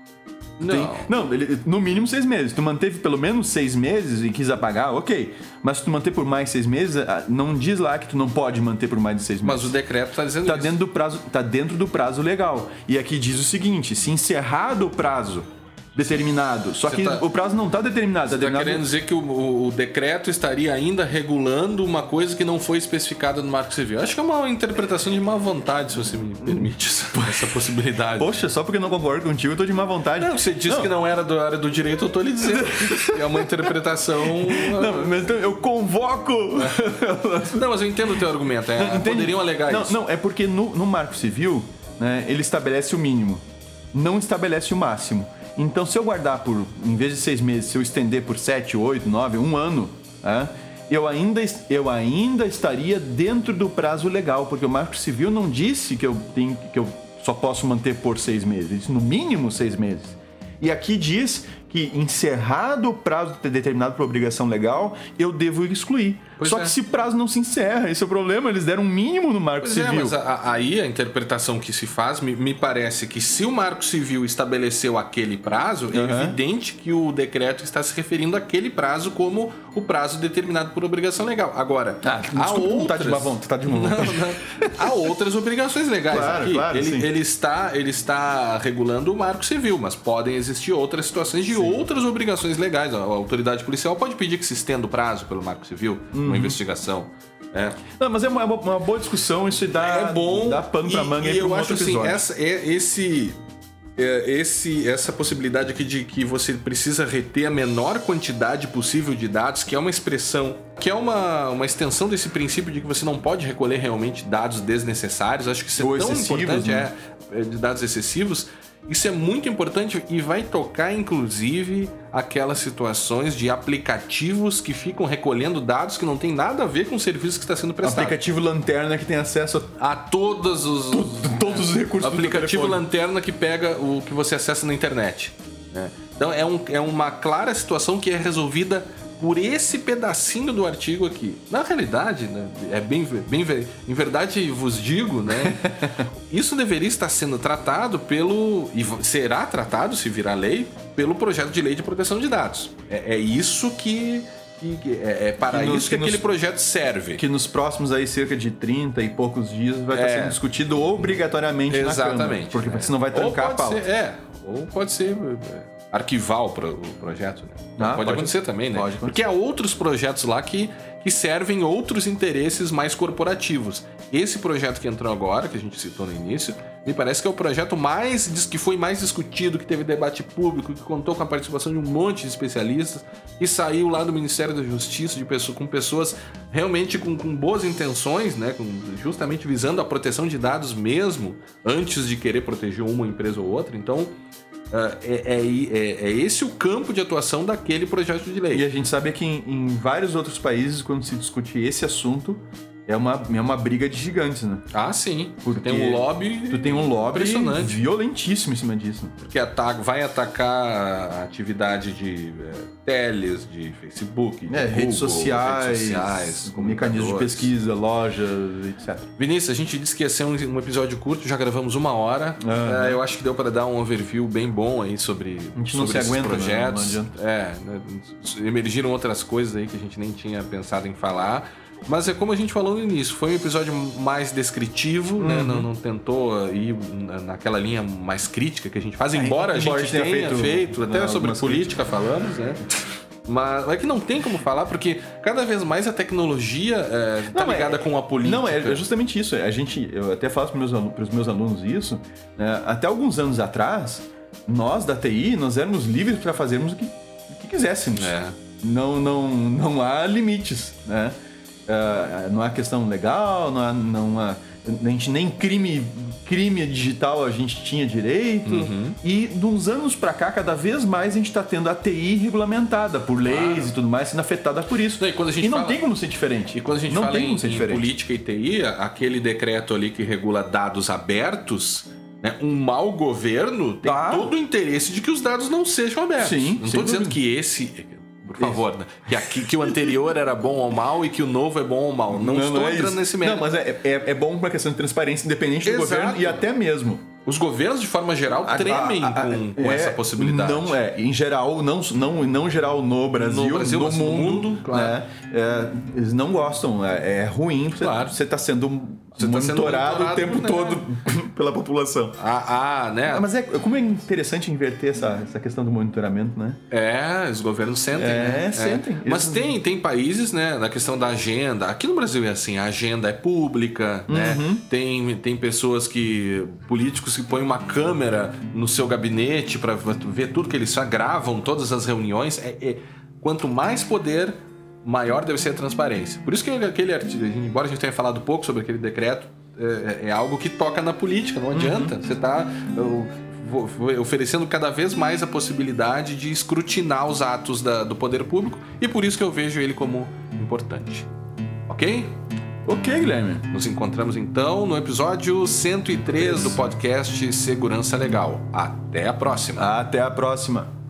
No mínimo 6 meses. Tu manteve pelo menos 6 meses e quis apagar, ok. Mas se tu manter por mais 6 meses, não diz lá que tu não pode manter por mais de 6 meses. Mas o decreto tá dizendo isso. Tá dentro do prazo legal. E aqui diz o seguinte, se encerrado o prazo determinado. Só que o prazo não está determinado. Você está querendo dizer que o decreto estaria ainda regulando uma coisa que não foi especificada no Marco Civil. Acho que é uma interpretação de má vontade, se você me permite essa possibilidade. Poxa, só porque eu não concordo contigo, eu tô de má vontade. Não, você disse que não era da área do direito, eu tô lhe dizendo. É uma interpretação... Não, mas então eu convoco... Não, mas eu entendo o teu argumento. Poderiam alegar isso. Não, é porque no Marco Civil, né, ele estabelece o mínimo. Não estabelece o máximo. Então, se eu guardar em vez de 6 meses, se eu estender por 7, 8, 9, 1 ano, eu ainda estaria dentro do prazo legal, porque o Marco Civil não disse que eu só posso manter por 6 meses, ele disse no mínimo 6 meses. E aqui diz que, encerrado o prazo determinado por obrigação legal, eu devo excluir. Só que se o prazo não se encerra, esse é o problema, eles deram um mínimo no Marco Civil. Mas aí a interpretação que se faz, me parece que se o Marco Civil estabeleceu aquele prazo, é evidente que o decreto está se referindo àquele prazo como o prazo determinado por obrigação legal. Agora, há outras... Há outras obrigações legais aqui. Claro, ele está regulando o Marco Civil, mas podem existir outras situações de outras obrigações legais. A autoridade policial pode pedir que se estenda o prazo pelo Marco Civil, uma investigação. Não, mas é uma boa discussão, isso dá pano pra manga aí pra um outro episódio. Essa possibilidade aqui de que você precisa reter a menor quantidade possível de dados, que é uma expressão, que é uma extensão desse princípio de que você não pode recolher realmente dados desnecessários. Acho que isso é tão importante, de dados excessivos. Isso é muito importante e vai tocar, inclusive, aquelas situações de aplicativos que ficam recolhendo dados que não tem nada a ver com o serviço que está sendo prestado. Aplicativo Lanterna que tem acesso a todos os recursos. Aplicativo Lanterna que pega o que você acessa na internet. Então é uma clara situação que é resolvida por esse pedacinho do artigo aqui. Na realidade, né, em verdade vos digo, né, isso deveria estar sendo tratado e será tratado, se virar lei, pelo projeto de lei de proteção de dados. É isso que para isso que aquele projeto serve. Que nos próximos aí cerca de 30 e poucos dias vai estar sendo discutido obrigatoriamente na Câmara. Porque senão vai trancar a pauta. Ou pode ser... arquivar o projeto, né? Pode acontecer também, né? Porque há outros projetos lá que servem outros interesses mais corporativos. Esse projeto que entrou agora, que a gente citou no início, me parece que é o projeto que foi mais discutido, que teve debate público, que contou com a participação de um monte de especialistas, e saiu lá do Ministério da Justiça com pessoas realmente com boas intenções, né? Justamente visando a proteção de dados mesmo, antes de querer proteger uma empresa ou outra. Então, é esse o campo de atuação daquele projeto de lei. E a gente sabe que em vários outros países, quando se discute esse assunto, é uma briga de gigantes, né? Ah, sim. Porque tu tem um lobby impressionante, violentíssimo em cima disso. Porque vai atacar a atividade de teles, de Facebook, de Google, redes sociais mecanismos de pesquisa, lojas, etc. Vinícius, a gente disse que ia ser um episódio curto, já gravamos 1 hora. Eu acho que deu para dar um overview bem bom aí sobre esses projetos. Não emergiram outras coisas aí que a gente nem tinha pensado em falar. Mas é como a gente falou no início, foi um episódio mais descritivo, né? Não tentou ir naquela linha mais crítica que a gente faz, embora a gente tenha feito até sobre política falamos, né? Mas é que não tem como falar, porque cada vez mais a tecnologia tá ligada com a política. Não, é justamente isso. Eu até falo para os meus alunos isso, né? Até alguns anos atrás, nós da TI, nós éramos livres para fazermos o que quiséssemos. Não há limites, né? não é questão legal, a gente nem crime digital a gente tinha direito. E de uns anos pra cá, cada vez mais a gente tá tendo a TI regulamentada por leis e tudo mais, sendo afetada por isso. E não tem como ser diferente. E quando a gente fala em política e TI, aquele decreto ali que regula dados abertos, né, um mau governo tem todo o interesse de que os dados não sejam abertos. Sim, não estou dizendo que esse... Por favor, né? Que o anterior era bom ou mal e que o novo é bom ou mal. Não estou entrando nesse mérito. Não, mas é bom para a questão de transparência, independente do governo e até mesmo. Os governos, de forma geral, tremem com essa possibilidade. Não em geral, não geral no Brasil, no mundo, claro. Eles não gostam, é ruim. Você está sendo monitorado o tempo todo pela população. Né? Mas como é interessante inverter essa questão do monitoramento, né? Os governos sentem. Sentem. Mas tem países, né, na questão da agenda. Aqui no Brasil é assim, a agenda é pública, né? Tem pessoas políticos que põem uma câmera no seu gabinete para ver tudo que eles gravam, todas as reuniões. Quanto mais poder, maior deve ser a transparência. Por isso que aquele artigo, embora a gente tenha falado pouco sobre aquele decreto, é algo que toca na política, não adianta. Você está oferecendo cada vez mais a possibilidade de escrutinar os atos do poder público, e por isso que eu vejo ele como importante. Ok? Ok, Guilherme. Nos encontramos então no episódio 103 do podcast Segurança Legal. Até a próxima. Até a próxima.